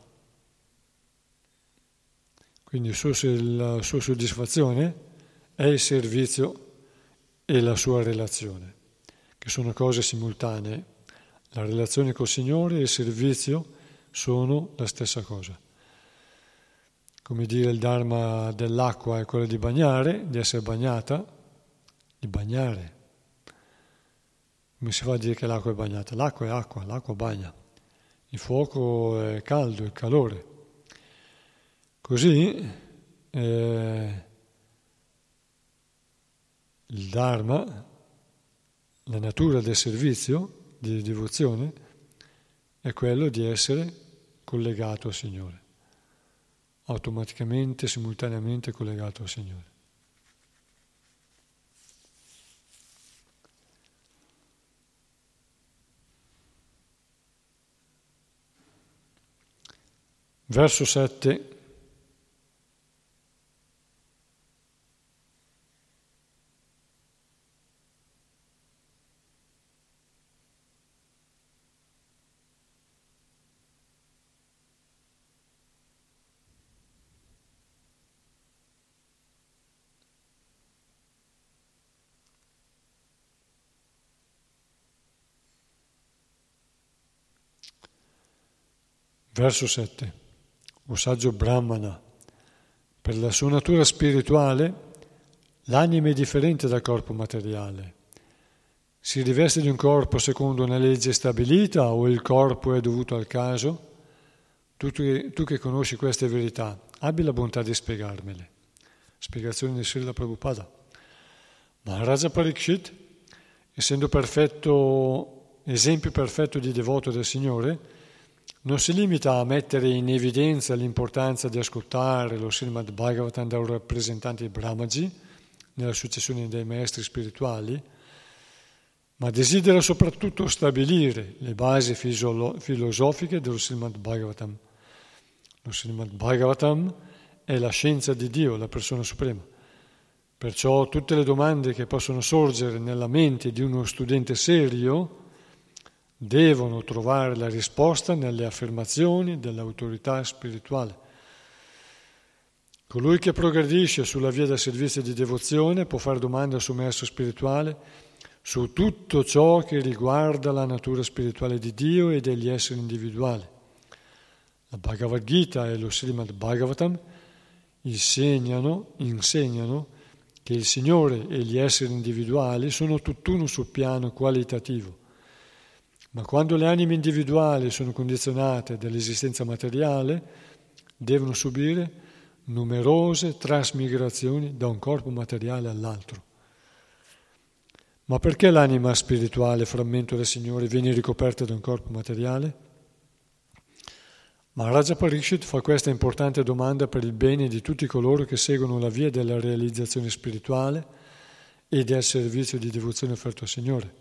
Quindi la sua soddisfazione è il servizio e la sua relazione, che sono cose simultanee. La relazione col Signore e il servizio sono la stessa cosa. Come dire, il dharma dell'acqua è quello di bagnare, di essere bagnata, di bagnare. Come si fa a dire che l'acqua è bagnata? L'acqua è acqua, l'acqua bagna. Il fuoco è caldo, il calore. Così il Dharma, la natura del servizio, di devozione, è quello di essere collegato al Signore, automaticamente, simultaneamente collegato al Signore. Verso 7. Verso 7. O saggio Brahmana, per la sua natura spirituale l'anima è differente dal corpo materiale. Si riveste di un corpo secondo una legge stabilita o il corpo è dovuto al caso? Tu che conosci queste verità, abbi la bontà di spiegarmele. Spiegazione di Srila Prabhupada. Maharaja Parikshit, essendo esempio perfetto di devoto del Signore, non si limita a mettere in evidenza l'importanza di ascoltare lo Srimad Bhagavatam da un rappresentante Brahmaji nella successione dei maestri spirituali, ma desidera soprattutto stabilire le basi filosofiche dello Srimad Bhagavatam. Lo Srimad Bhagavatam è la scienza di Dio, la persona suprema. Perciò tutte le domande che possono sorgere nella mente di uno studente serio devono trovare la risposta nelle affermazioni dell'autorità spirituale. Colui che progredisce sulla via del servizio di devozione può fare domande al suo maestro spirituale su tutto ciò che riguarda la natura spirituale di Dio e degli esseri individuali. La Bhagavad Gita e lo Srimad Bhagavatam insegnano che il Signore e gli esseri individuali sono tutt'uno sul piano qualitativo. Ma quando le anime individuali sono condizionate dall'esistenza materiale, devono subire numerose trasmigrazioni da un corpo materiale all'altro. Ma perché l'anima spirituale, frammento del Signore, viene ricoperta da un corpo materiale? Maharaja Parikshit fa questa importante domanda per il bene di tutti coloro che seguono la via della realizzazione spirituale e del servizio di devozione offerto al Signore.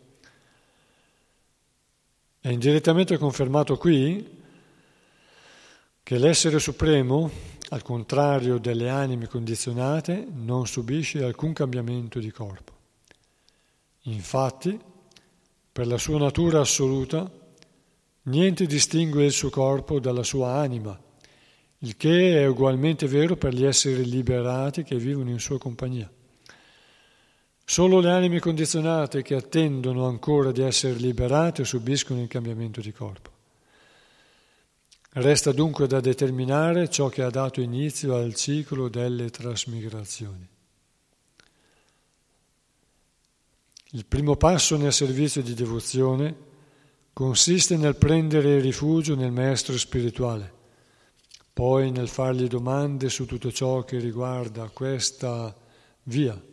È indirettamente confermato qui che l'essere supremo, al contrario delle anime condizionate, non subisce alcun cambiamento di corpo. Infatti, per la sua natura assoluta, niente distingue il suo corpo dalla sua anima, il che è ugualmente vero per gli esseri liberati che vivono in sua compagnia. Solo le anime condizionate che attendono ancora di essere liberate subiscono il cambiamento di corpo. Resta dunque da determinare ciò che ha dato inizio al ciclo delle trasmigrazioni. Il primo passo nel servizio di devozione consiste nel prendere rifugio nel maestro spirituale, poi nel fargli domande su tutto ciò che riguarda questa via.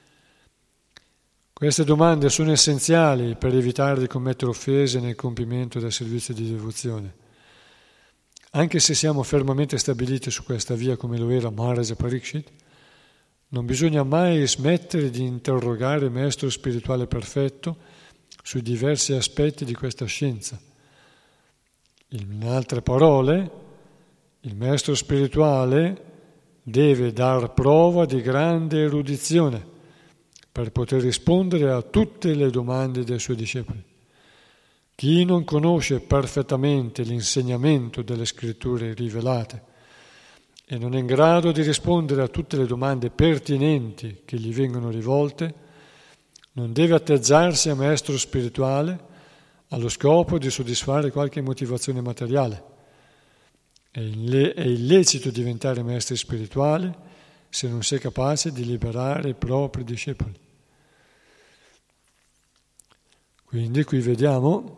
Queste domande sono essenziali per evitare di commettere offese nel compimento del servizio di devozione. Anche se siamo fermamente stabiliti su questa via come lo era Maharaja Parikshit, non bisogna mai smettere di interrogare il maestro spirituale perfetto sui diversi aspetti di questa scienza. In altre parole, il maestro spirituale deve dar prova di grande erudizione per poter rispondere a tutte le domande dei suoi discepoli. Chi non conosce perfettamente l'insegnamento delle scritture rivelate e non è in grado di rispondere a tutte le domande pertinenti che gli vengono rivolte, non deve atteggiarsi a maestro spirituale allo scopo di soddisfare qualche motivazione materiale. È illecito diventare maestri spirituali se non si è capace di liberare i propri discepoli. Quindi qui vediamo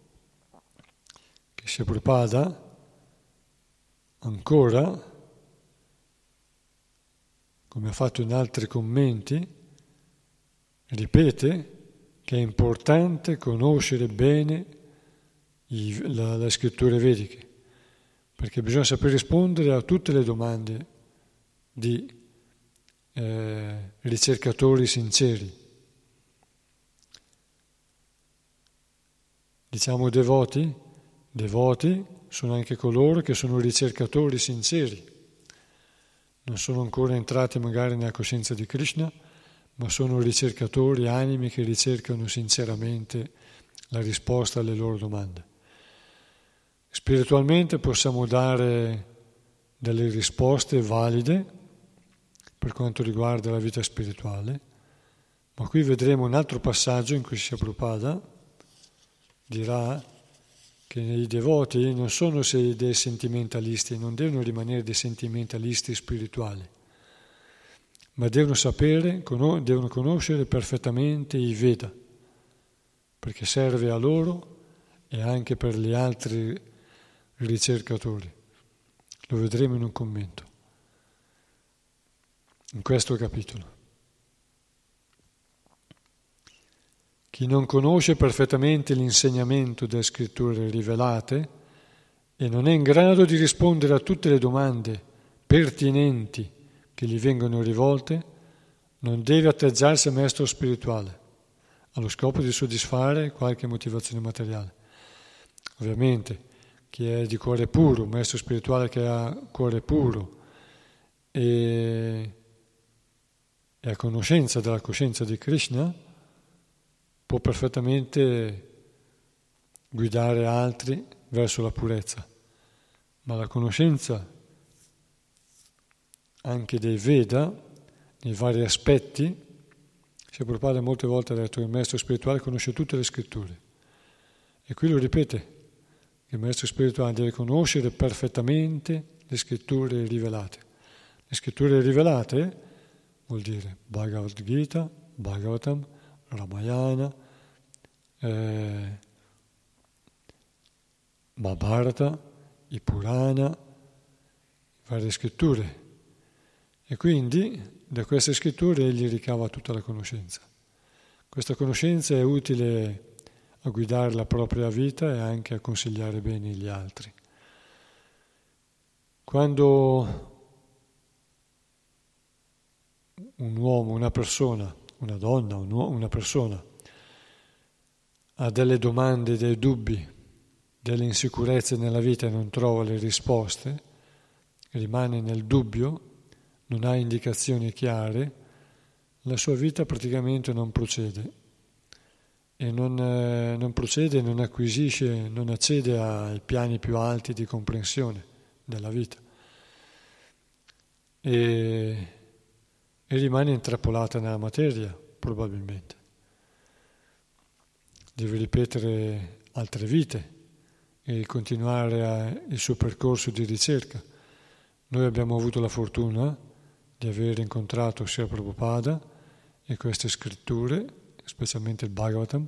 che Srila Prabhupada ancora, come ha fatto in altri commenti, ripete che è importante conoscere bene le scritture vediche, perché bisogna saper rispondere a tutte le domande di ricercatori sinceri. Diciamo devoti? Devoti sono anche coloro che sono ricercatori sinceri. Non sono ancora entrati magari nella coscienza di Krishna, ma sono ricercatori, anime che ricercano sinceramente la risposta alle loro domande. Spiritualmente possiamo dare delle risposte valide per quanto riguarda la vita spirituale, ma qui vedremo un altro passaggio in cui Srila Prabhupada dirà che i devoti non sono dei sentimentalisti, non devono rimanere dei sentimentalisti spirituali, ma devono sapere, devono conoscere perfettamente i Veda, perché serve a loro e anche per gli altri ricercatori. Lo vedremo in un commento. in questo capitolo. Chi non conosce perfettamente l'insegnamento delle scritture rivelate e non è in grado di rispondere a tutte le domande pertinenti che gli vengono rivolte, non deve atteggiarsi a maestro spirituale, allo scopo di soddisfare qualche motivazione materiale. Ovviamente, chi è di cuore puro, un maestro spirituale che ha cuore puro e a conoscenza della coscienza di Krishna, può perfettamente guidare altri verso la purezza, ma la conoscenza anche dei Veda, nei vari aspetti, Srila Prabhupada molte volte ha detto che il maestro spirituale conosce tutte le scritture, e qui lo ripete, che il maestro spirituale deve conoscere perfettamente le scritture rivelate. Le scritture rivelate vuol dire Bhagavad Gita, Bhagavatam, Ramayana, Mahabharata, i Purana, varie scritture. E quindi da queste scritture egli ricava tutta la conoscenza. Questa conoscenza è utile a guidare la propria vita e anche a consigliare bene gli altri. Quando un uomo, una persona, una donna, una persona ha delle domande, dei dubbi, delle insicurezze nella vita e non trova le risposte, rimane nel dubbio, non ha indicazioni chiare, la sua vita praticamente non procede e non procede, non acquisisce, non accede ai piani più alti di comprensione della vita e rimane intrappolata nella materia, probabilmente. Deve ripetere altre vite e continuare il suo percorso di ricerca. Noi abbiamo avuto la fortuna di aver incontrato Srila Prabhupada e queste scritture, specialmente il Bhagavatam,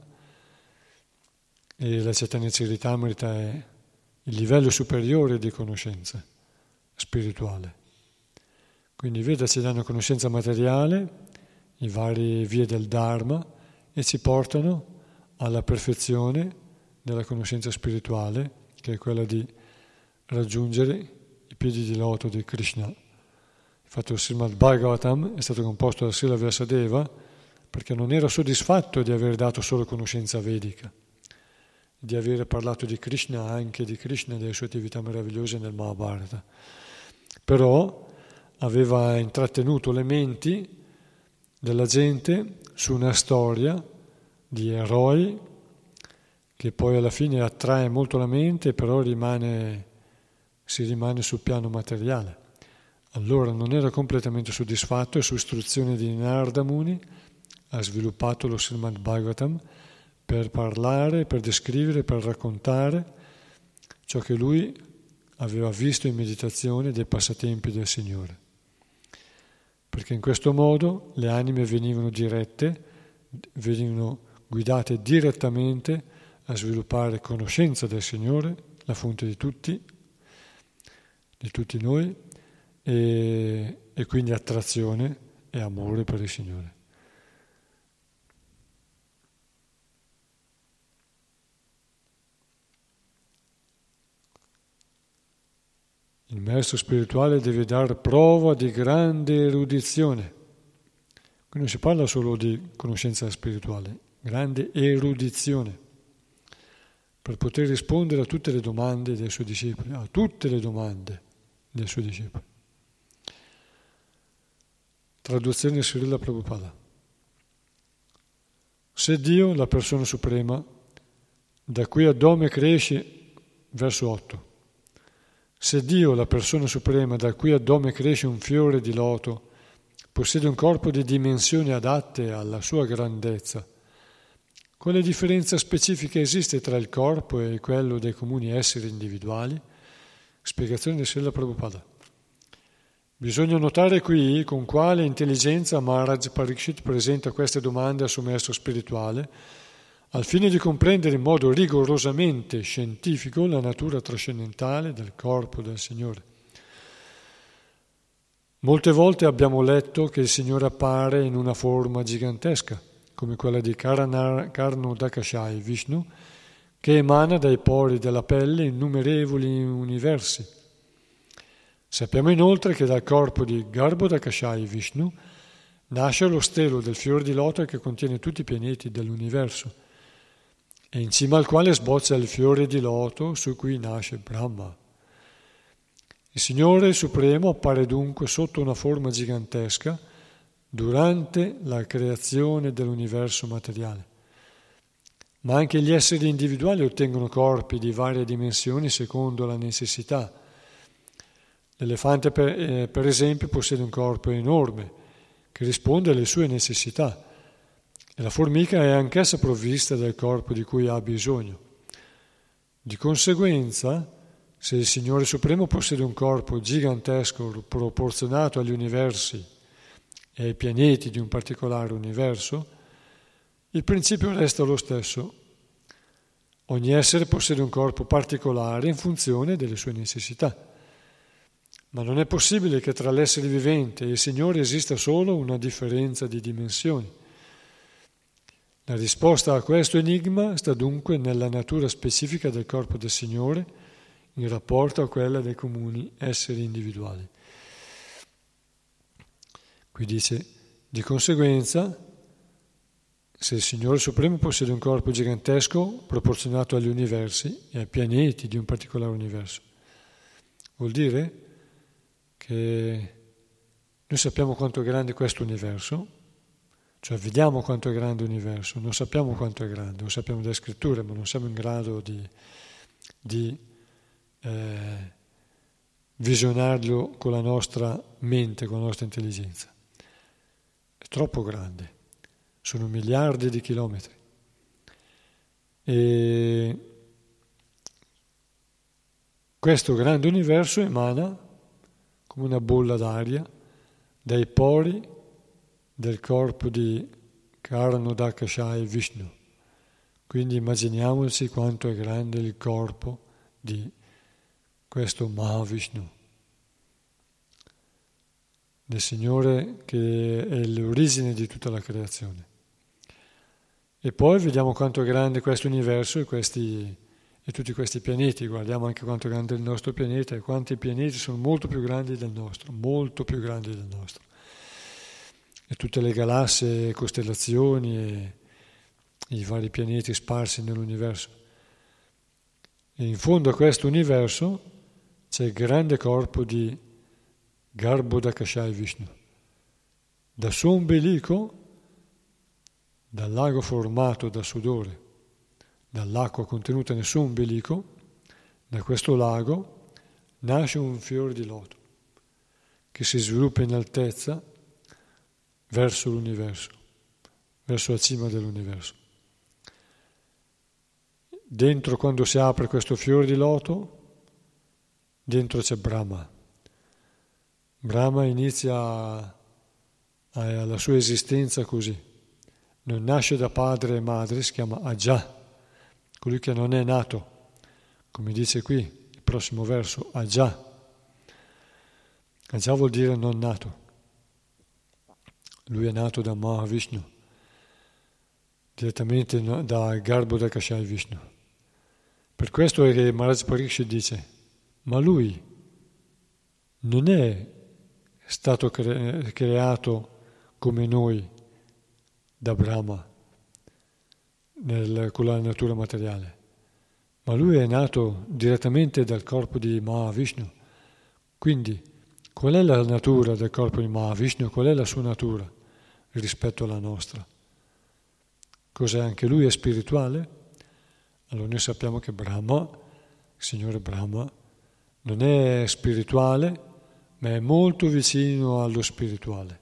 e la Chaitanya Charitamrita è il livello superiore di conoscenza spirituale. Quindi i Veda ci danno conoscenza materiale, i vari vie del Dharma, e ci portano alla perfezione della conoscenza spirituale, che è quella di raggiungere i piedi di loto di Krishna. Infatti il Srimad Bhagavatam è stato composto da Srila Vyasadeva perché non era soddisfatto di aver dato solo conoscenza vedica, di aver parlato di Krishna, anche di Krishna e delle sue attività meravigliose nel Mahabharata. Però aveva intrattenuto le menti della gente su una storia di eroi che poi alla fine attrae molto la mente, però si rimane sul piano materiale. Allora non era completamente soddisfatto e su istruzione di Narada Muni ha sviluppato lo Srimad Bhagavatam per parlare, per descrivere, per raccontare ciò che lui aveva visto in meditazione dei passatempi del Signore. Perché in questo modo le anime venivano guidate direttamente a sviluppare conoscenza del Signore, la fonte di tutti noi, e quindi attrazione e amore per il Signore. Il maestro spirituale deve dar prova di grande erudizione. Qui non si parla solo di conoscenza spirituale, grande erudizione, per poter rispondere a tutte le domande dei suoi discepoli, a tutte le domande dei suoi discepoli. Traduzione Srila Prabhupada. Se Dio, la persona suprema, da cui Adome cresce, verso 8, se Dio, la persona suprema, da cui Adome cresce un fiore di loto, possiede un corpo di dimensioni adatte alla sua grandezza, quale differenza specifica esiste tra il corpo e quello dei comuni esseri individuali? Spiegazione di Srila Prabhupada. Bisogna notare qui con quale intelligenza Maharaj Parikshit presenta queste domande al suo maestro spirituale, al fine di comprendere in modo rigorosamente scientifico la natura trascendentale del corpo del Signore. Molte volte abbiamo letto che il Signore appare in una forma gigantesca, come quella di Karnodakashai Vishnu, che emana dai pori della pelle innumerevoli universi. Sappiamo inoltre che dal corpo di Garbhodakashai Vishnu nasce lo stelo del fior di loto che contiene tutti i pianeti dell'universo e in cima al quale sboccia il fiore di loto su cui nasce Brahma. Il Signore Supremo appare dunque sotto una forma gigantesca durante la creazione dell'universo materiale. Ma anche gli esseri individuali ottengono corpi di varie dimensioni secondo la necessità. L'elefante, per esempio, possiede un corpo enorme che risponde alle sue necessità e la formica è anch'essa provvista del corpo di cui ha bisogno. Di conseguenza, se il Signore Supremo possiede un corpo gigantesco proporzionato agli universi e ai pianeti di un particolare universo, il principio resta lo stesso. Ogni essere possiede un corpo particolare in funzione delle sue necessità. Ma non è possibile che tra l'essere vivente e il Signore esista solo una differenza di dimensioni. La risposta a questo enigma sta dunque nella natura specifica del corpo del Signore in rapporto a quella dei comuni esseri individuali. Qui dice, di conseguenza, se il Signore Supremo possiede un corpo gigantesco proporzionato agli universi e ai pianeti di un particolare universo, vuol dire che noi sappiamo quanto è grande questo universo, cioè vediamo quanto è grande l'universo, non sappiamo quanto è grande, lo sappiamo dalle scritture, ma non siamo in grado di visionarlo con la nostra mente, con la nostra intelligenza. È troppo grande, sono miliardi di chilometri. E questo grande universo emana come una bolla d'aria dai pori del corpo di Karnodakashai Vishnu. Quindi immaginiamoci quanto è grande il corpo di questo Mahavishnu, del Signore che è l'origine di tutta la creazione. E poi vediamo quanto è grande questo universo e tutti questi pianeti. Guardiamo anche quanto è grande il nostro pianeta e quanti pianeti sono molto più grandi del nostro, molto più grandi del nostro. E tutte le galassie, costellazioni e i vari pianeti sparsi nell'universo. E in fondo a questo universo c'è il grande corpo di Garbhodakashai Vishnu. Dal suo ombelico, dal lago formato da sudore, dall'acqua contenuta nel suo ombelico, da questo lago nasce un fiore di loto che si sviluppa in altezza verso l'universo, verso la cima dell'universo. Dentro, quando si apre questo fiore di loto, dentro c'è Brahma. Brahma inizia la sua esistenza così. Non nasce da padre e madre, si chiama Aja, colui che non è nato, come dice qui, il prossimo verso, Aja. Aja vuol dire non nato. Lui è nato da Mahavishnu, direttamente da Garbhodakashai Vishnu. Per questo è che Maharaj Pariksit dice, ma lui non è stato creato come noi da Brahma con la natura materiale, ma lui è nato direttamente dal corpo di Mahavishnu. Quindi qual è la natura del corpo di Mahavishnu? Qual è la sua natura rispetto alla nostra? Cos'è? Anche lui è spirituale? Allora noi sappiamo che Brahma, il Signore Brahma, non è spirituale, ma è molto vicino allo spirituale.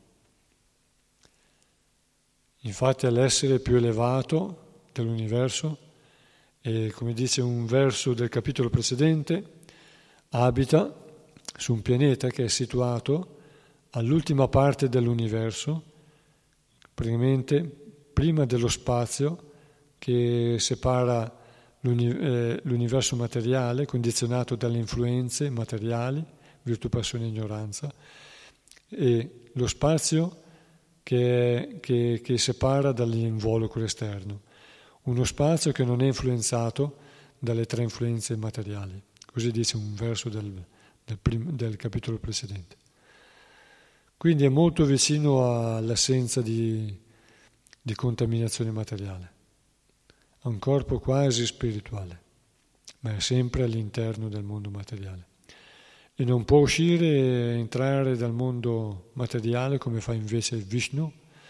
Infatti è l'essere più elevato dell'universo e, come dice un verso del capitolo precedente, abita su un pianeta che è situato all'ultima parte dell'universo, praticamente prima dello spazio che separa l'universo materiale, condizionato dalle influenze materiali, virtù, passione e ignoranza, e lo spazio che separa dall'involucro esterno, uno spazio che non è influenzato dalle tre influenze materiali. Così dice un verso del capitolo precedente. Quindi è molto vicino all'assenza di contaminazione materiale, a un corpo quasi spirituale, ma è sempre all'interno del mondo materiale. E non può uscire e entrare dal mondo materiale come fa invece Vishnu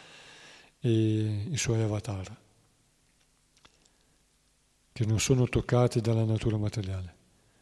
e i suoi avatar, che non sono toccati dalla natura materiale.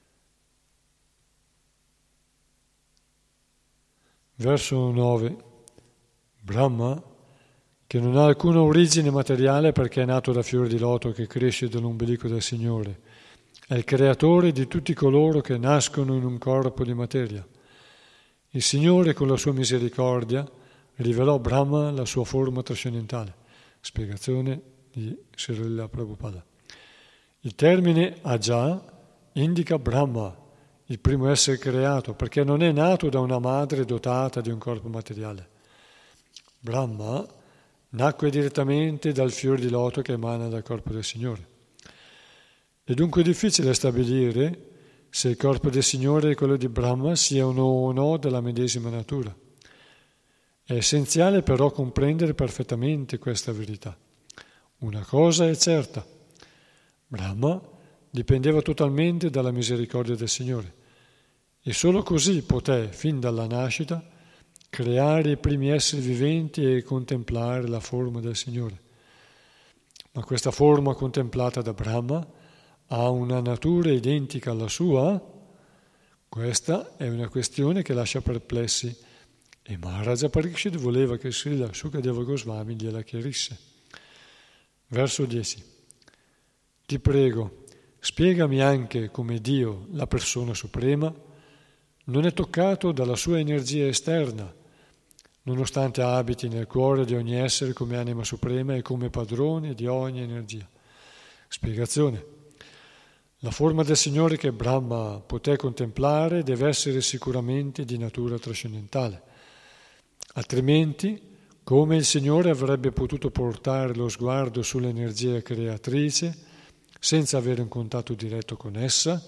Verso 9. Brahma, che non ha alcuna origine materiale perché è nato da fior di loto che cresce dall'ombelico del Signore, è il creatore di tutti coloro che nascono in un corpo di materia. Il Signore, con la sua misericordia, rivelò a Brahma la sua forma trascendentale. Spiegazione di Srila Prabhupada. Il termine Aja indica Brahma, il primo essere creato, perché non è nato da una madre dotata di un corpo materiale. Brahma nacque direttamente dal fior di loto che emana dal corpo del Signore. È dunque difficile stabilire se il corpo del Signore e quello di Brahma siano o no della medesima natura. È essenziale però comprendere perfettamente questa verità. Una cosa è certa: Brahma dipendeva totalmente dalla misericordia del Signore e solo così poté, fin dalla nascita, creare i primi esseri viventi e contemplare la forma del Signore. Ma questa forma contemplata da Brahma ha una natura identica alla sua? Questa è una questione che lascia perplessi e Maharaja Pariksit voleva che Srila Sukadeva Goswami gliela chiarisse. Verso 10. Ti prego, spiegami anche come Dio, la persona suprema, non è toccato dalla sua energia esterna, nonostante abiti nel cuore di ogni essere come anima suprema e come padrone di ogni energia. Spiegazione. La forma del Signore che Brahma poté contemplare deve essere sicuramente di natura trascendentale. Altrimenti, come il Signore avrebbe potuto portare lo sguardo sull'energia creatrice senza avere un contatto diretto con essa?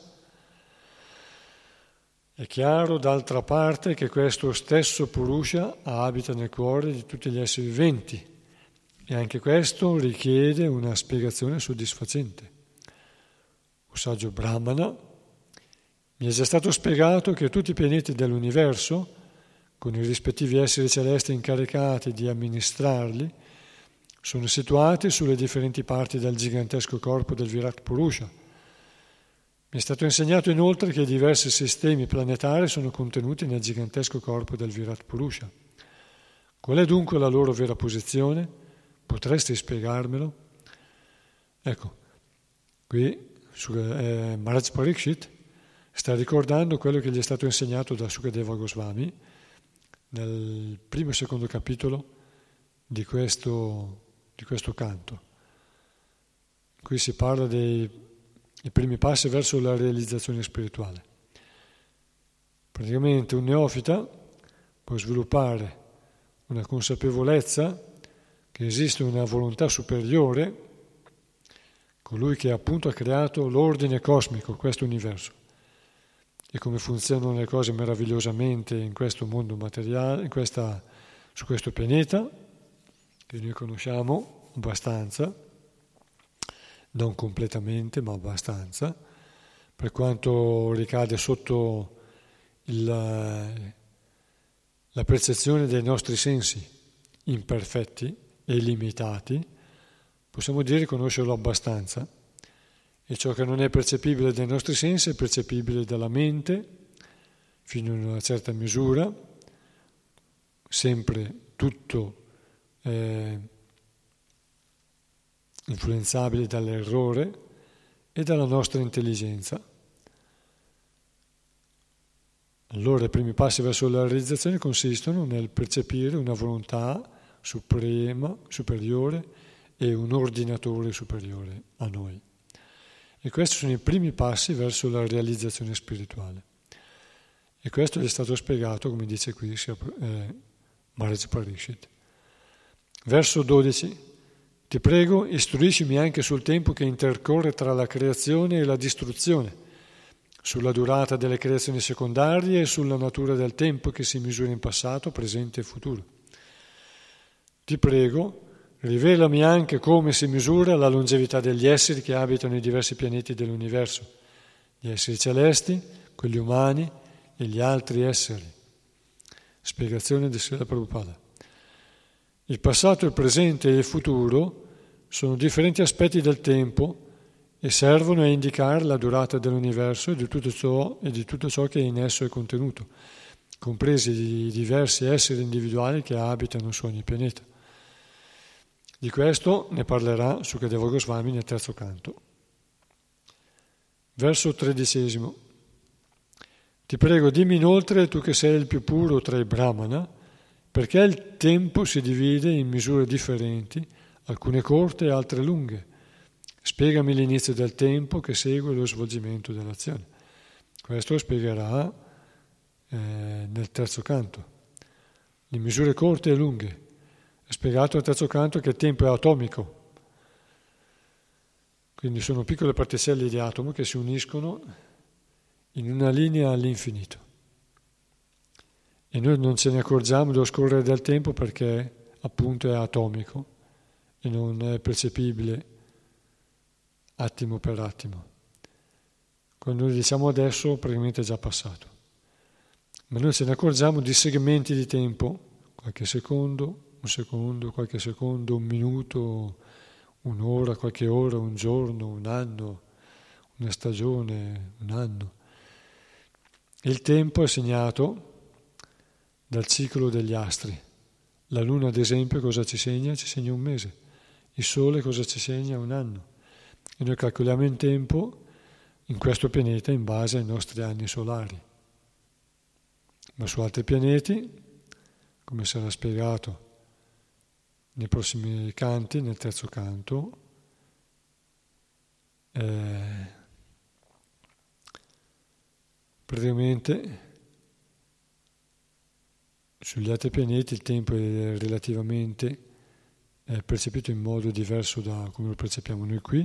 È chiaro, d'altra parte, che questo stesso Purusha abita nel cuore di tutti gli esseri viventi e anche questo richiede una spiegazione soddisfacente. O saggio Brahmana, mi è già stato spiegato che tutti i pianeti dell'universo, con i rispettivi esseri celesti incaricati di amministrarli, sono situati sulle differenti parti del gigantesco corpo del Virat Purusha. Mi è stato insegnato inoltre che i diversi sistemi planetari sono contenuti nel gigantesco corpo del Virat Purusha. Qual è dunque la loro vera posizione? Potresti spiegarmelo? Ecco, qui Maharaj Pariksit sta ricordando quello che gli è stato insegnato da Sukadeva Goswami nel primo e secondo capitolo di questo canto. Qui si parla dei primi passi verso la realizzazione spirituale. Praticamente un neofita può sviluppare una consapevolezza che esiste una volontà superiore, colui che appunto ha creato l'ordine cosmico, questo universo, e come funzionano le cose meravigliosamente in questo mondo materiale, su questo pianeta, che noi conosciamo abbastanza, non completamente, ma abbastanza, per quanto ricade sotto la percezione dei nostri sensi imperfetti e limitati, possiamo dire conoscerlo abbastanza. E ciò che non è percepibile dai nostri sensi è percepibile dalla mente fino a una certa misura, sempre tutto influenzabile dall'errore e dalla nostra intelligenza. Allora i primi passi verso la realizzazione consistono nel percepire una volontà suprema, superiore e un ordinatore superiore a noi. E questi sono i primi passi verso la realizzazione spirituale. E questo gli è stato spiegato, come dice qui Maharaj Pariksit. Verso 12. Ti prego, istruiscimi anche sul tempo che intercorre tra la creazione e la distruzione, sulla durata delle creazioni secondarie e sulla natura del tempo che si misura in passato, presente e futuro. Ti prego, rivelami anche come si misura la longevità degli esseri che abitano i diversi pianeti dell'universo, gli esseri celesti, quelli umani e gli altri esseri. Spiegazione di Srila Prabhupada. Il passato, il presente e il futuro sono differenti aspetti del tempo e servono a indicare la durata dell'universo e di tutto ciò che in esso è contenuto, compresi i diversi esseri individuali che abitano su ogni pianeta. Di questo ne parlerà Sukadeva Goswami nel terzo canto. Verso 13. Ti prego, dimmi inoltre, tu che sei il più puro tra i Brahmana, perché il tempo si divide in misure differenti, alcune corte e altre lunghe. Spiegami l'inizio del tempo che segue lo svolgimento dell'azione. Questo spiegherà nel terzo canto. Le misure corte e lunghe. È spiegato nel terzo canto che il tempo è atomico. Quindi sono piccole particelle di atomo che si uniscono in una linea all'infinito. E noi non ce ne accorgiamo dello scorrere del tempo perché appunto è atomico e non è percepibile attimo per attimo. Quando noi diciamo adesso, praticamente è già passato. Ma noi ce ne accorgiamo di segmenti di tempo, qualche secondo, qualche secondo, un minuto, un'ora, qualche ora, un giorno, un anno, una stagione, un anno. Il tempo è segnato dal ciclo degli astri. La Luna, ad esempio, cosa ci segna? Ci segna un mese. Il Sole cosa ci segna? Un anno. E noi calcoliamo il tempo in questo pianeta in base ai nostri anni solari. Ma su altri pianeti, come sarà spiegato nei prossimi canti, nel terzo canto, praticamente sugli altri pianeti il tempo è relativamente percepito in modo diverso da come lo percepiamo noi qui,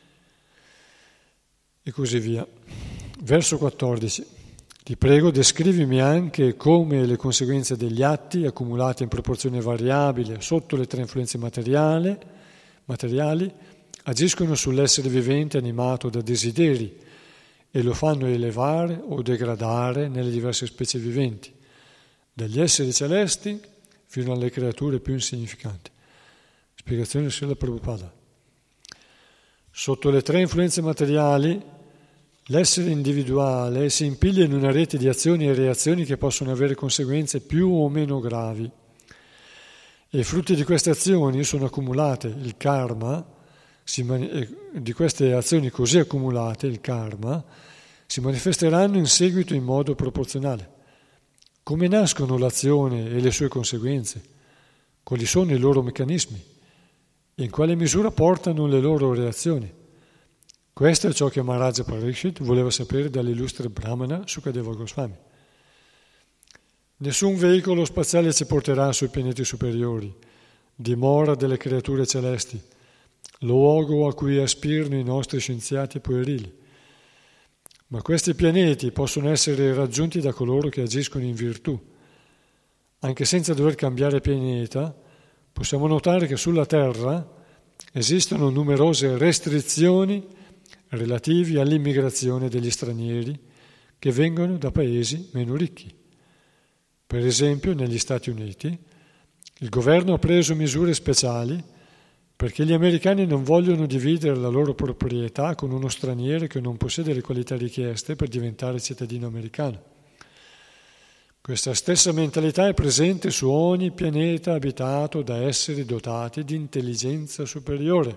e così via. Verso 14. Ti prego, descrivimi anche come le conseguenze degli atti accumulati in proporzione variabile sotto le tre influenze materiali agiscono sull'essere vivente animato da desideri e lo fanno elevare o degradare nelle diverse specie viventi, dagli esseri celesti fino alle creature più insignificanti. Spiegazione Srila Prabhupada. Sotto le tre influenze materiali, l'essere individuale si impiglia in una rete di azioni e reazioni che possono avere conseguenze più o meno gravi. E i frutti di queste azioni sono accumulate, il karma, di queste azioni così accumulate, il karma, si manifesteranno in seguito in modo proporzionale. Come nascono l'azione e le sue conseguenze? Quali sono i loro meccanismi? E in quale misura portano le loro reazioni? Questo è ciò che Maharaj Pariksit voleva sapere dall'illustre Brahmana Sukadeva Goswami. Nessun veicolo spaziale ci porterà sui pianeti superiori, dimora delle creature celesti, luogo a cui aspirano i nostri scienziati puerili. Ma questi pianeti possono essere raggiunti da coloro che agiscono in virtù. Anche senza dover cambiare pianeta, possiamo notare che sulla Terra esistono numerose restrizioni relativi all'immigrazione degli stranieri che vengono da paesi meno ricchi. Per esempio, negli Stati Uniti, il governo ha preso misure speciali perché gli americani non vogliono dividere la loro proprietà con uno straniero che non possiede le qualità richieste per diventare cittadino americano. Questa stessa mentalità è presente su ogni pianeta abitato da esseri dotati di intelligenza superiore.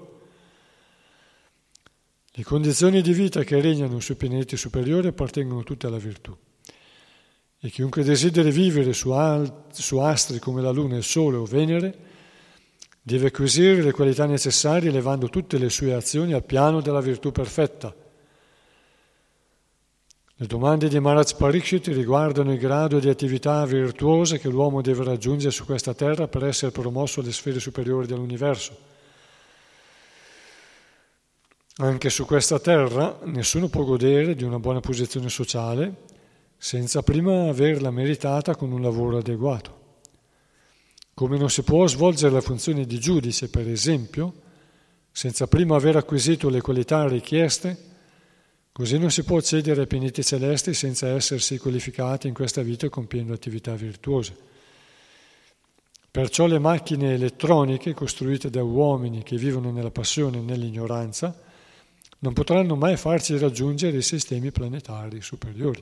Le condizioni di vita che regnano sui pianeti superiori appartengono tutte alla virtù. E chiunque desideri vivere su astri come la Luna, il Sole o Venere deve acquisire le qualità necessarie elevando tutte le sue azioni al piano della virtù perfetta. Le domande di Maharaj Parikshit riguardano il grado di attività virtuose che l'uomo deve raggiungere su questa terra per essere promosso alle sfere superiori dell'universo. Anche su questa terra nessuno può godere di una buona posizione sociale senza prima averla meritata con un lavoro adeguato. Come non si può svolgere la funzione di giudice, per esempio, senza prima aver acquisito le qualità richieste, così non si può accedere ai pianeti celesti senza essersi qualificati in questa vita compiendo attività virtuose. Perciò le macchine elettroniche costruite da uomini che vivono nella passione e nell'ignoranza non potranno mai farci raggiungere i sistemi planetari superiori.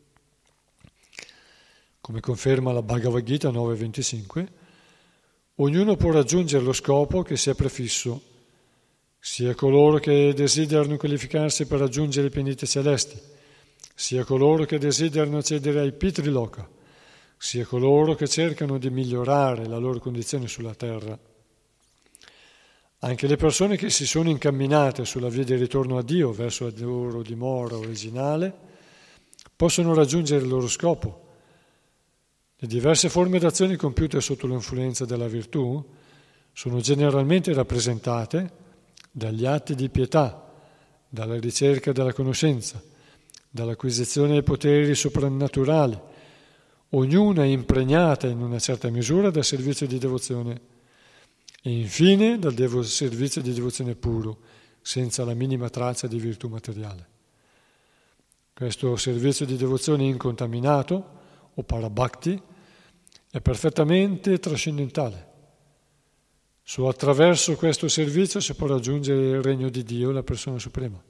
Come conferma la Bhagavad Gita 9.25, ognuno può raggiungere lo scopo che si è prefisso, sia coloro che desiderano qualificarsi per raggiungere i pianeti celesti, sia coloro che desiderano accedere ai Pitriloka, sia coloro che cercano di migliorare la loro condizione sulla terra. Anche le persone che si sono incamminate sulla via di ritorno a Dio verso la loro dimora originale possono raggiungere il loro scopo. Le diverse forme d'azioni compiute sotto l'influenza della virtù sono generalmente rappresentate dagli atti di pietà, dalla ricerca della conoscenza, dall'acquisizione dei poteri soprannaturali, ognuna impregnata in una certa misura dal servizio di devozione e infine dal servizio di devozione puro, senza la minima traccia di virtù materiale. Questo servizio di devozione incontaminato, o parabhakti, è perfettamente trascendentale. Solo attraverso questo servizio si può raggiungere il regno di Dio, la persona suprema.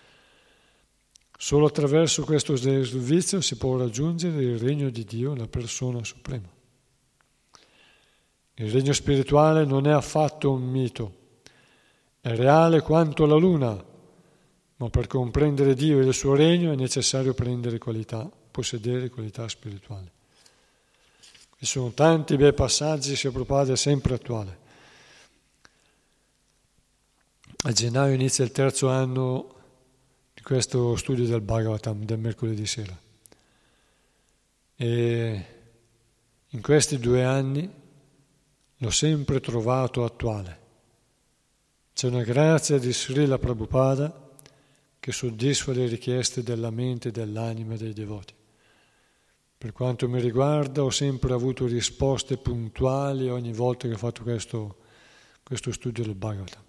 Solo attraverso questo servizio si può raggiungere il regno di Dio, la persona suprema. Il regno spirituale non è affatto un mito, è reale quanto la luna, ma per comprendere Dio e il suo regno è necessario possedere qualità spirituali. Ci sono tanti bei passaggi, Srila Prabhupada è sempre attuale. A gennaio inizia il 3° anno di questo studio del Bhagavatam, del mercoledì sera. E in questi 2 anni l'ho sempre trovato attuale. C'è una grazia di Srila Prabhupada che soddisfa le richieste della mente, dell'anima dei devoti. Per quanto mi riguarda ho sempre avuto risposte puntuali ogni volta che ho fatto questo studio del Bhagavatam.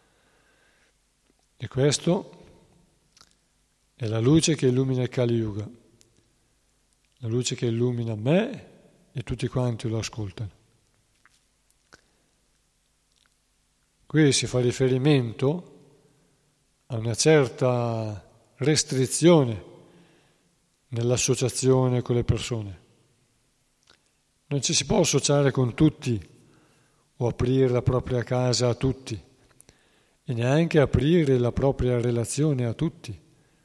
E questo è la luce che illumina il Kali Yuga, la luce che illumina me e tutti quanti lo ascoltano. Qui si fa riferimento a una certa restrizione nell'associazione con le persone. Non ci si può associare con tutti o aprire la propria casa a tutti e neanche aprire la propria relazione a tutti,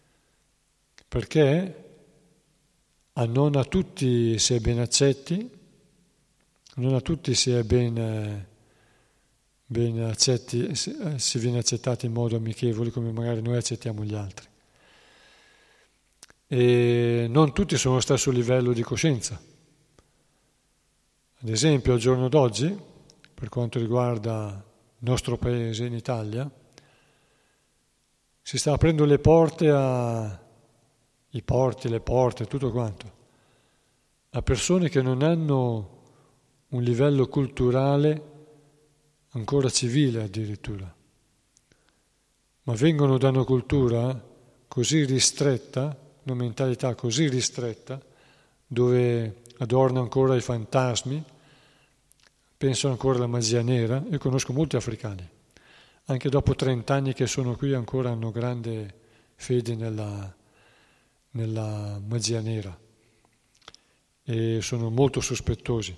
perché non a tutti si è ben accetti, non a tutti si è ben accetti, si viene accettati in modo amichevole come magari noi accettiamo gli altri. E non tutti sono allo stesso livello di coscienza. Ad esempio, al giorno d'oggi, per quanto riguarda il nostro paese, in Italia, si sta aprendo le porte le porte, tutto quanto, a persone che non hanno un livello culturale ancora civile addirittura, ma vengono da una cultura così ristretta, una mentalità così ristretta, dove adorano ancora i fantasmi, pensano ancora alla magia nera. Io conosco molti africani, anche dopo 30 anni che sono qui ancora hanno grande fede nella magia nera e sono molto sospettosi.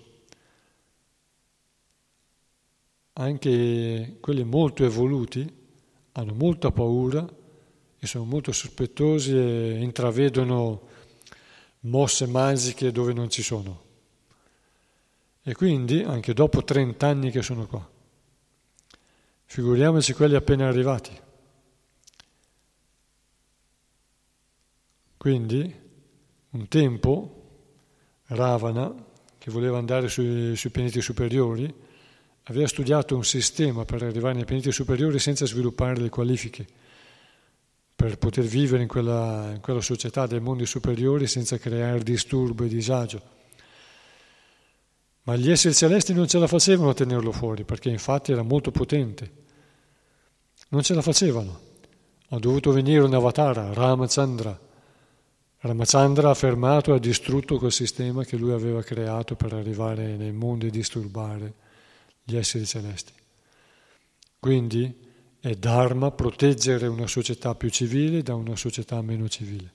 Anche quelli molto evoluti hanno molta paura e sono molto sospettosi e intravedono mosse magiche dove non ci sono. E quindi, anche dopo 30 anni che sono qua, figuriamoci quelli appena arrivati. Quindi, un tempo, Ravana, che voleva andare sui pianeti superiori, aveva studiato un sistema per arrivare nei pianeti superiori senza sviluppare le qualifiche, per poter vivere in quella società dei mondi superiori senza creare disturbo e disagio. Ma gli esseri celesti non ce la facevano a tenerlo fuori, perché infatti era molto potente. Non ce la facevano. Ha dovuto venire un avatara, Ramachandra. Ramachandra ha fermato e ha distrutto quel sistema che lui aveva creato per arrivare nei mondi e disturbare gli esseri celesti. Quindi è dharma proteggere una società più civile da una società meno civile.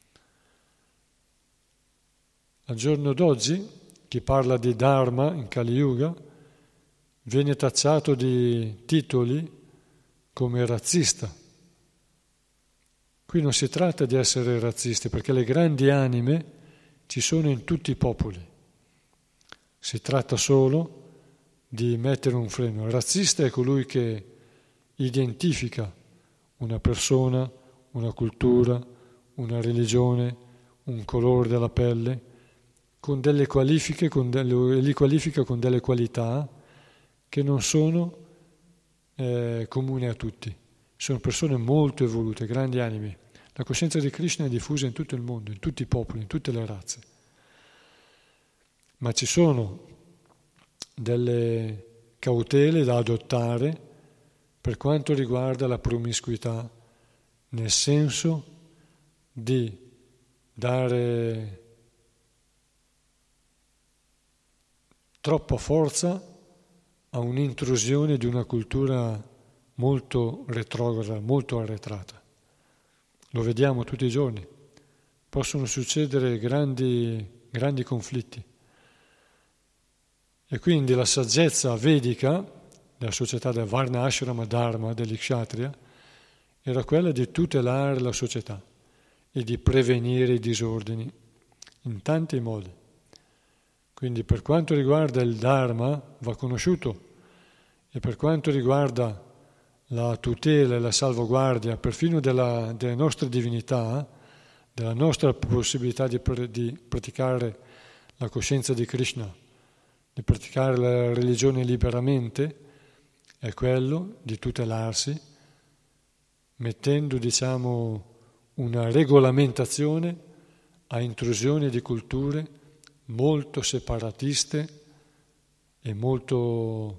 Al giorno d'oggi chi parla di dharma in Kali Yuga viene tacciato di titoli come razzista. Qui non si tratta di essere razzisti, perché le grandi anime ci sono in tutti i popoli. Si tratta solo di mettere un freno. Il razzista è colui che identifica una persona, una cultura, una religione, un colore della pelle, con delle qualifiche, li qualifica con delle qualità che non sono comuni a tutti. Sono persone molto evolute, grandi anime. La coscienza di Krishna è diffusa in tutto il mondo, in tutti i popoli, in tutte le razze. Ma ci sono delle cautele da adottare per quanto riguarda la promiscuità, nel senso di dare troppa forza a un'intrusione di una cultura molto retrograda, molto arretrata. Lo vediamo tutti i giorni. Possono succedere grandi conflitti. E quindi la saggezza vedica, della società del Varna Ashrama Dharma, degli Kshatriya, era quella di tutelare la società e di prevenire i disordini in tanti modi. Quindi per quanto riguarda il Dharma va conosciuto, e per quanto riguarda la tutela e la salvaguardia perfino delle nostre divinità, della nostra possibilità di praticare la coscienza di Krishna, di praticare la religione liberamente, è quello di tutelarsi, mettendo, una regolamentazione a intrusioni di culture molto separatiste e molto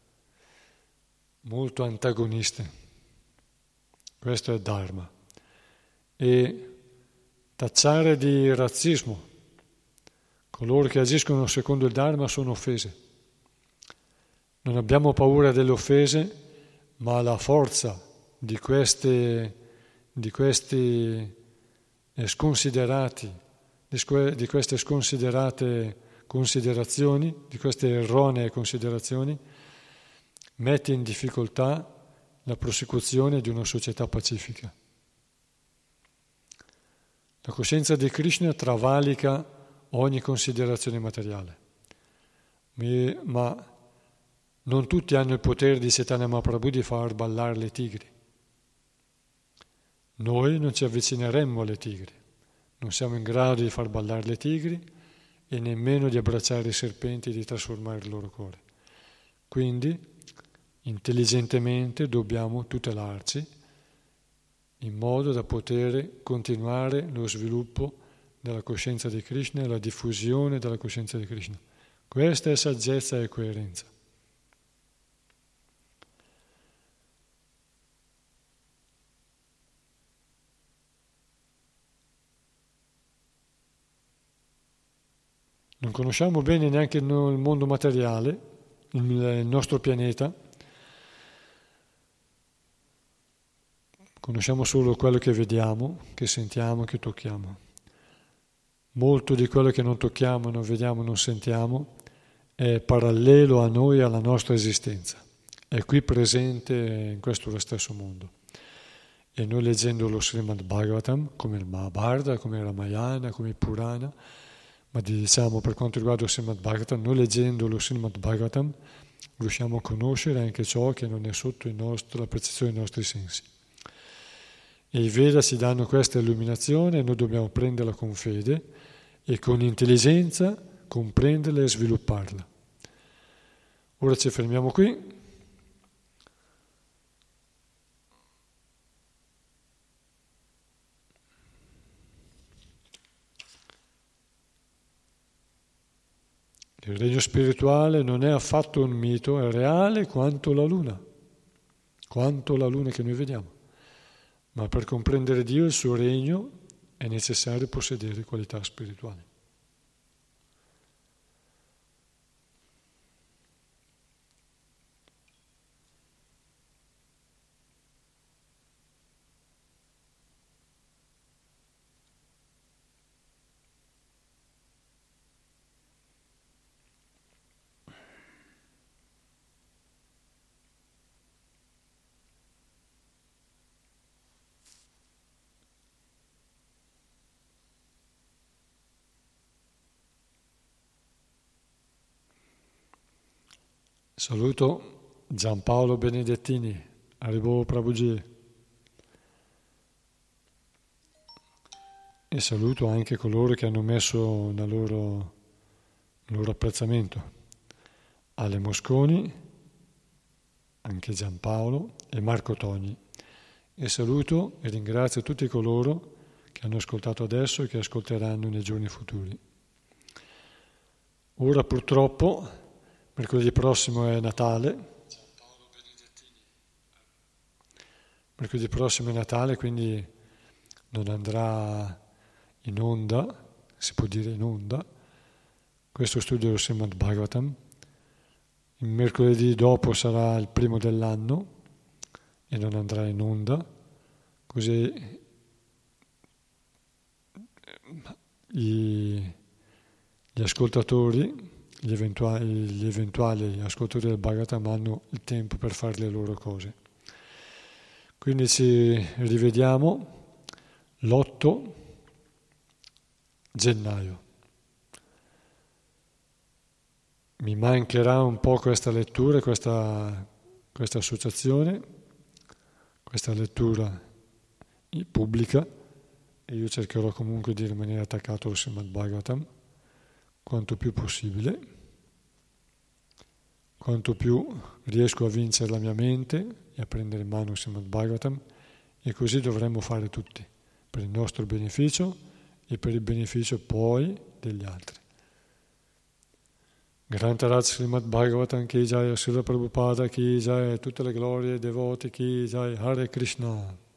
antagoniste. Questo è Dharma. E tacciare di razzismo coloro che agiscono secondo il Dharma sono offese. Non abbiamo paura delle offese, ma la forza di questi sconsiderati, di queste sconsiderate considerazioni, di queste erronee considerazioni, mette in difficoltà la prosecuzione di una società pacifica. La coscienza di Krishna travalica ogni considerazione materiale, ma non tutti hanno il potere di Chaitanya Mahaprabhu di far ballare le tigri. Noi non ci avvicineremmo alle tigri, non siamo in grado di far ballare le tigri e nemmeno di abbracciare i serpenti e di trasformare il loro cuore. Quindi, intelligentemente dobbiamo tutelarci in modo da poter continuare lo sviluppo della coscienza di Krishna e la diffusione della coscienza di Krishna. Questa è saggezza e coerenza. Non conosciamo bene neanche il mondo materiale, il nostro pianeta. Conosciamo solo quello che vediamo, che sentiamo, che tocchiamo. Molto di quello che non tocchiamo, non vediamo, non sentiamo è parallelo a noi e alla nostra esistenza. È qui presente in questo stesso mondo. E noi leggendo lo Srimad Bhagavatam, come il Mahabharata, come il Ramayana, come il Purana, ma per quanto riguarda lo Srimad Bhagavatam, noi leggendo lo Srimad Bhagavatam riusciamo a conoscere anche ciò che non è sotto la percezione dei nostri sensi. E i Veda ci danno questa illuminazione e noi dobbiamo prenderla con fede e con intelligenza comprenderla e svilupparla. Ora ci fermiamo qui. Il regno spirituale non è affatto un mito, è reale quanto la luna che noi vediamo. Ma per comprendere Dio e il suo regno è necessario possedere qualità spirituali. Saluto Giampaolo Benedettini, Haribol Prabhuji, e saluto anche coloro che hanno messo il loro apprezzamento. Ale Mosconi, anche Giampaolo e Marco Togni. E saluto e ringrazio tutti coloro che hanno ascoltato adesso e che ascolteranno nei giorni futuri. Ora purtroppo mercoledì prossimo è Natale. Mercoledì prossimo è Natale, quindi non andrà in onda, si può dire in onda, questo studio dello Srimad Bhagavatam. Il mercoledì dopo sarà il primo dell'anno e non andrà in onda, così gli ascoltatori, gli eventuali ascoltatori del Bhagavatam hanno il tempo per fare le loro cose. Quindi ci rivediamo l'8 gennaio. Mi mancherà un po' questa lettura, questa associazione, questa lettura pubblica, e io cercherò comunque di rimanere attaccato allo Srimad Bhagavatam quanto più possibile, quanto più riesco a vincere la mia mente e a prendere in mano il Srimad Bhagavatam, e così dovremmo fare tutti, per il nostro beneficio e per il beneficio poi degli altri. Grantaraj Srimad Bhagavatam ki jai, Srila Prabhupada ki jai, tutte le glorie ai devoti ki jai, Hare Krishna.